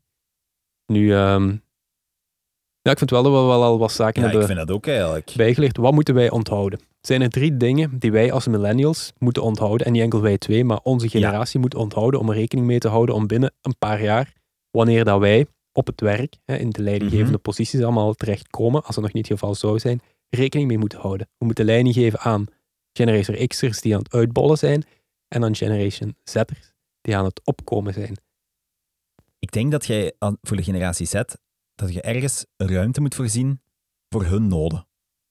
Nu, um, ja, ik vind wel dat we wel al wat zaken Ja, ik hebben vind dat ook eigenlijk. bijgeleerd. Wat moeten wij onthouden? Zijn er drie dingen die wij als millennials moeten onthouden? En niet enkel wij twee, maar onze generatie moet onthouden om er rekening mee te houden om binnen een paar jaar, wanneer dat wij op het werk, hè, in de leidinggevende Mhm. posities allemaal terechtkomen, als dat nog niet het geval zou zijn, rekening mee moeten houden. We moeten leiding geven aan Generation X'ers die aan het uitbollen zijn en aan Generation Z'ers die aan het opkomen zijn. Ik denk dat jij aan- voor de generatie Z dat je ergens ruimte moet voorzien voor hun noden.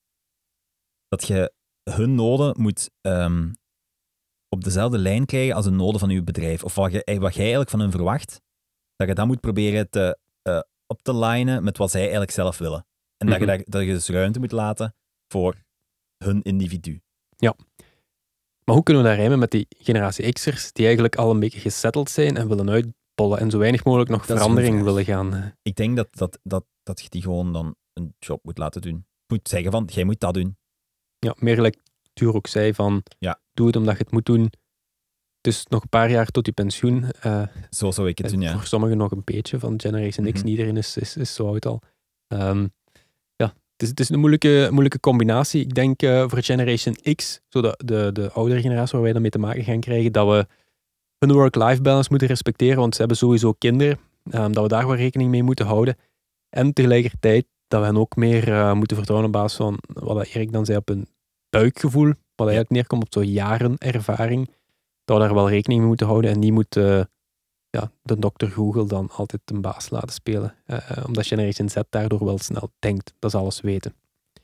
Dat je hun noden moet um, op dezelfde lijn krijgen als de noden van je bedrijf. Of wat, je, wat jij eigenlijk van hun verwacht, dat je dat moet proberen te, uh, op te linen met wat zij eigenlijk zelf willen. En mm-hmm. dat, je, dat, dat je dus ruimte moet laten voor hun individu. Ja. Maar hoe kunnen we dat rijmen met die generatie X'ers die eigenlijk al een beetje gesetteld zijn en willen uitbollen en zo weinig mogelijk nog dat verandering willen gaan? Ik denk dat, dat, dat, dat je die gewoon dan een job moet laten doen. Je moet zeggen van, jij moet dat doen. Ja, meer gelijk Tuur ook zei van, ja. doe het omdat je het moet doen. Dus nog een paar jaar tot je pensioen. Uh, zo zou ik het doen, ja. Voor sommigen nog een beetje, van Generation X. Mm-hmm. Niet iedereen is, is, is zo oud al. Um, ja, het is, het is een moeilijke, moeilijke combinatie. Ik denk uh, voor Generation X, zo de, de, de oudere generatie waar wij dan mee te maken gaan krijgen, dat we hun work-life balance moeten respecteren, want ze hebben sowieso kinderen. Um, dat we daar wel rekening mee moeten houden. En tegelijkertijd dat we hen ook meer uh, moeten vertrouwen op basis van wat Erik dan zei, op een buikgevoel, wat eigenlijk neerkomt op zo'n jaren ervaring, dat we daar wel rekening mee moeten houden en niet moeten uh, ja, de dokter Google dan altijd een baas laten spelen. Uh, omdat Generation Z daardoor wel snel denkt dat ze alles weten.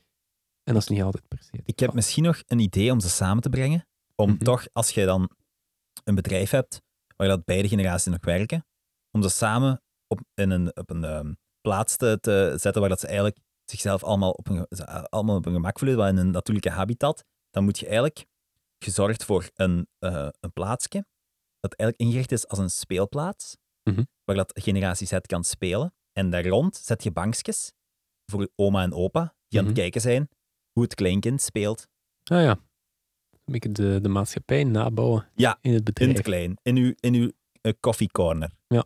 En dat is niet altijd per se. Ik heb misschien nog een idee om ze samen te brengen, om mm-hmm. toch, als je dan een bedrijf hebt, waar dat beide generaties nog werken, om ze samen op, in een, op een um, plaats te, te zetten waar dat ze eigenlijk zichzelf allemaal op een, allemaal op een gemak voelen, in een natuurlijke habitat, dan moet je eigenlijk gezorgd voor een, uh, een plaatsje dat eigenlijk ingericht is als een speelplaats, mm-hmm. waar dat generatie Z kan spelen. En daar rond zet je bankjes voor oma en opa, die mm-hmm. aan het kijken zijn hoe het kleinkind speelt. Ah ja, een beetje de, de maatschappij nabouwen ja, in het bedrijf. in het klein, in uw, in uw uh, coffee corner. Ja,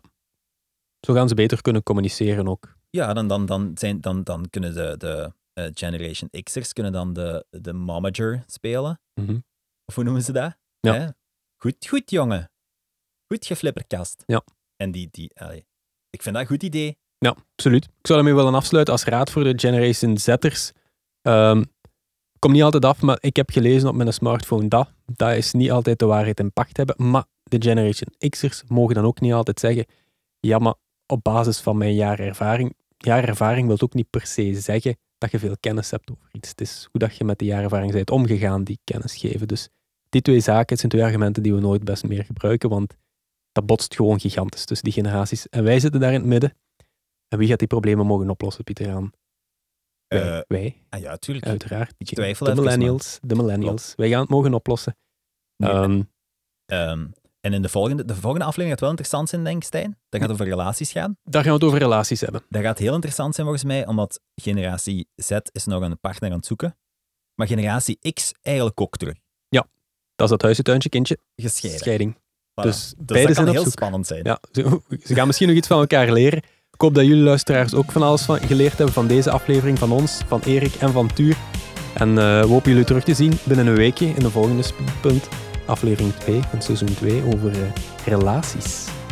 zo gaan ze beter kunnen communiceren ook. Ja, dan, dan, dan, zijn, dan, dan kunnen de, de uh, Generation X'ers kunnen dan de, de momager spelen. Mm-hmm. Of hoe noemen ze dat? Ja. Hè? Goed, goed jongen. Goed geflipperkast. Ja. En die, die, allee, ik vind dat een goed idee. Ja, absoluut. Ik zou daarmee willen afsluiten als raad voor de Generation Z'ers. Um, kom niet altijd af, maar ik heb gelezen op mijn smartphone dat. Dat is niet altijd de waarheid en pacht hebben. Maar de Generation X'ers mogen dan ook niet altijd zeggen, ja, maar op basis van mijn jaar ervaring. Jaar ervaring wil ook niet per se zeggen dat je veel kennis hebt over iets. Het is hoe dat je met die jaarervaring bent omgegaan, die kennis geven. Dus die twee zaken zijn twee argumenten die we nooit best meer gebruiken, want dat botst gewoon gigantisch tussen die generaties. En wij zitten daar in het midden. En wie gaat die problemen mogen oplossen, Pieter Jan? Wij. Uh, wij. Ah ja, tuurlijk. Uiteraard. Ik twijfel de even, millennials. De millennials. Klopt. Wij gaan het mogen oplossen. Nee, um, um, en in de volgende, de volgende aflevering gaat wel interessant zijn, denk ik, Stijn. Dat gaat over relaties gaan. Daar gaan we het over relaties hebben. Dat gaat heel interessant zijn volgens mij, omdat generatie Z is nog een partner aan het zoeken. Maar generatie X eigenlijk ook terug. Ja, dat is dat huisje, tuintje, kindje. Gescheiden. Scheiding. Voilà. Dus, dus beide dat kan zijn heel op spannend zijn. Ja, ze, ze gaan misschien nog iets van elkaar leren. Ik hoop dat jullie luisteraars ook van alles van geleerd hebben van deze aflevering van ons, van Erik en van Tuur. En uh, we hopen jullie terug te zien binnen een weekje in de volgende Speedpunt, aflevering twee van seizoen twee over uh, relaties.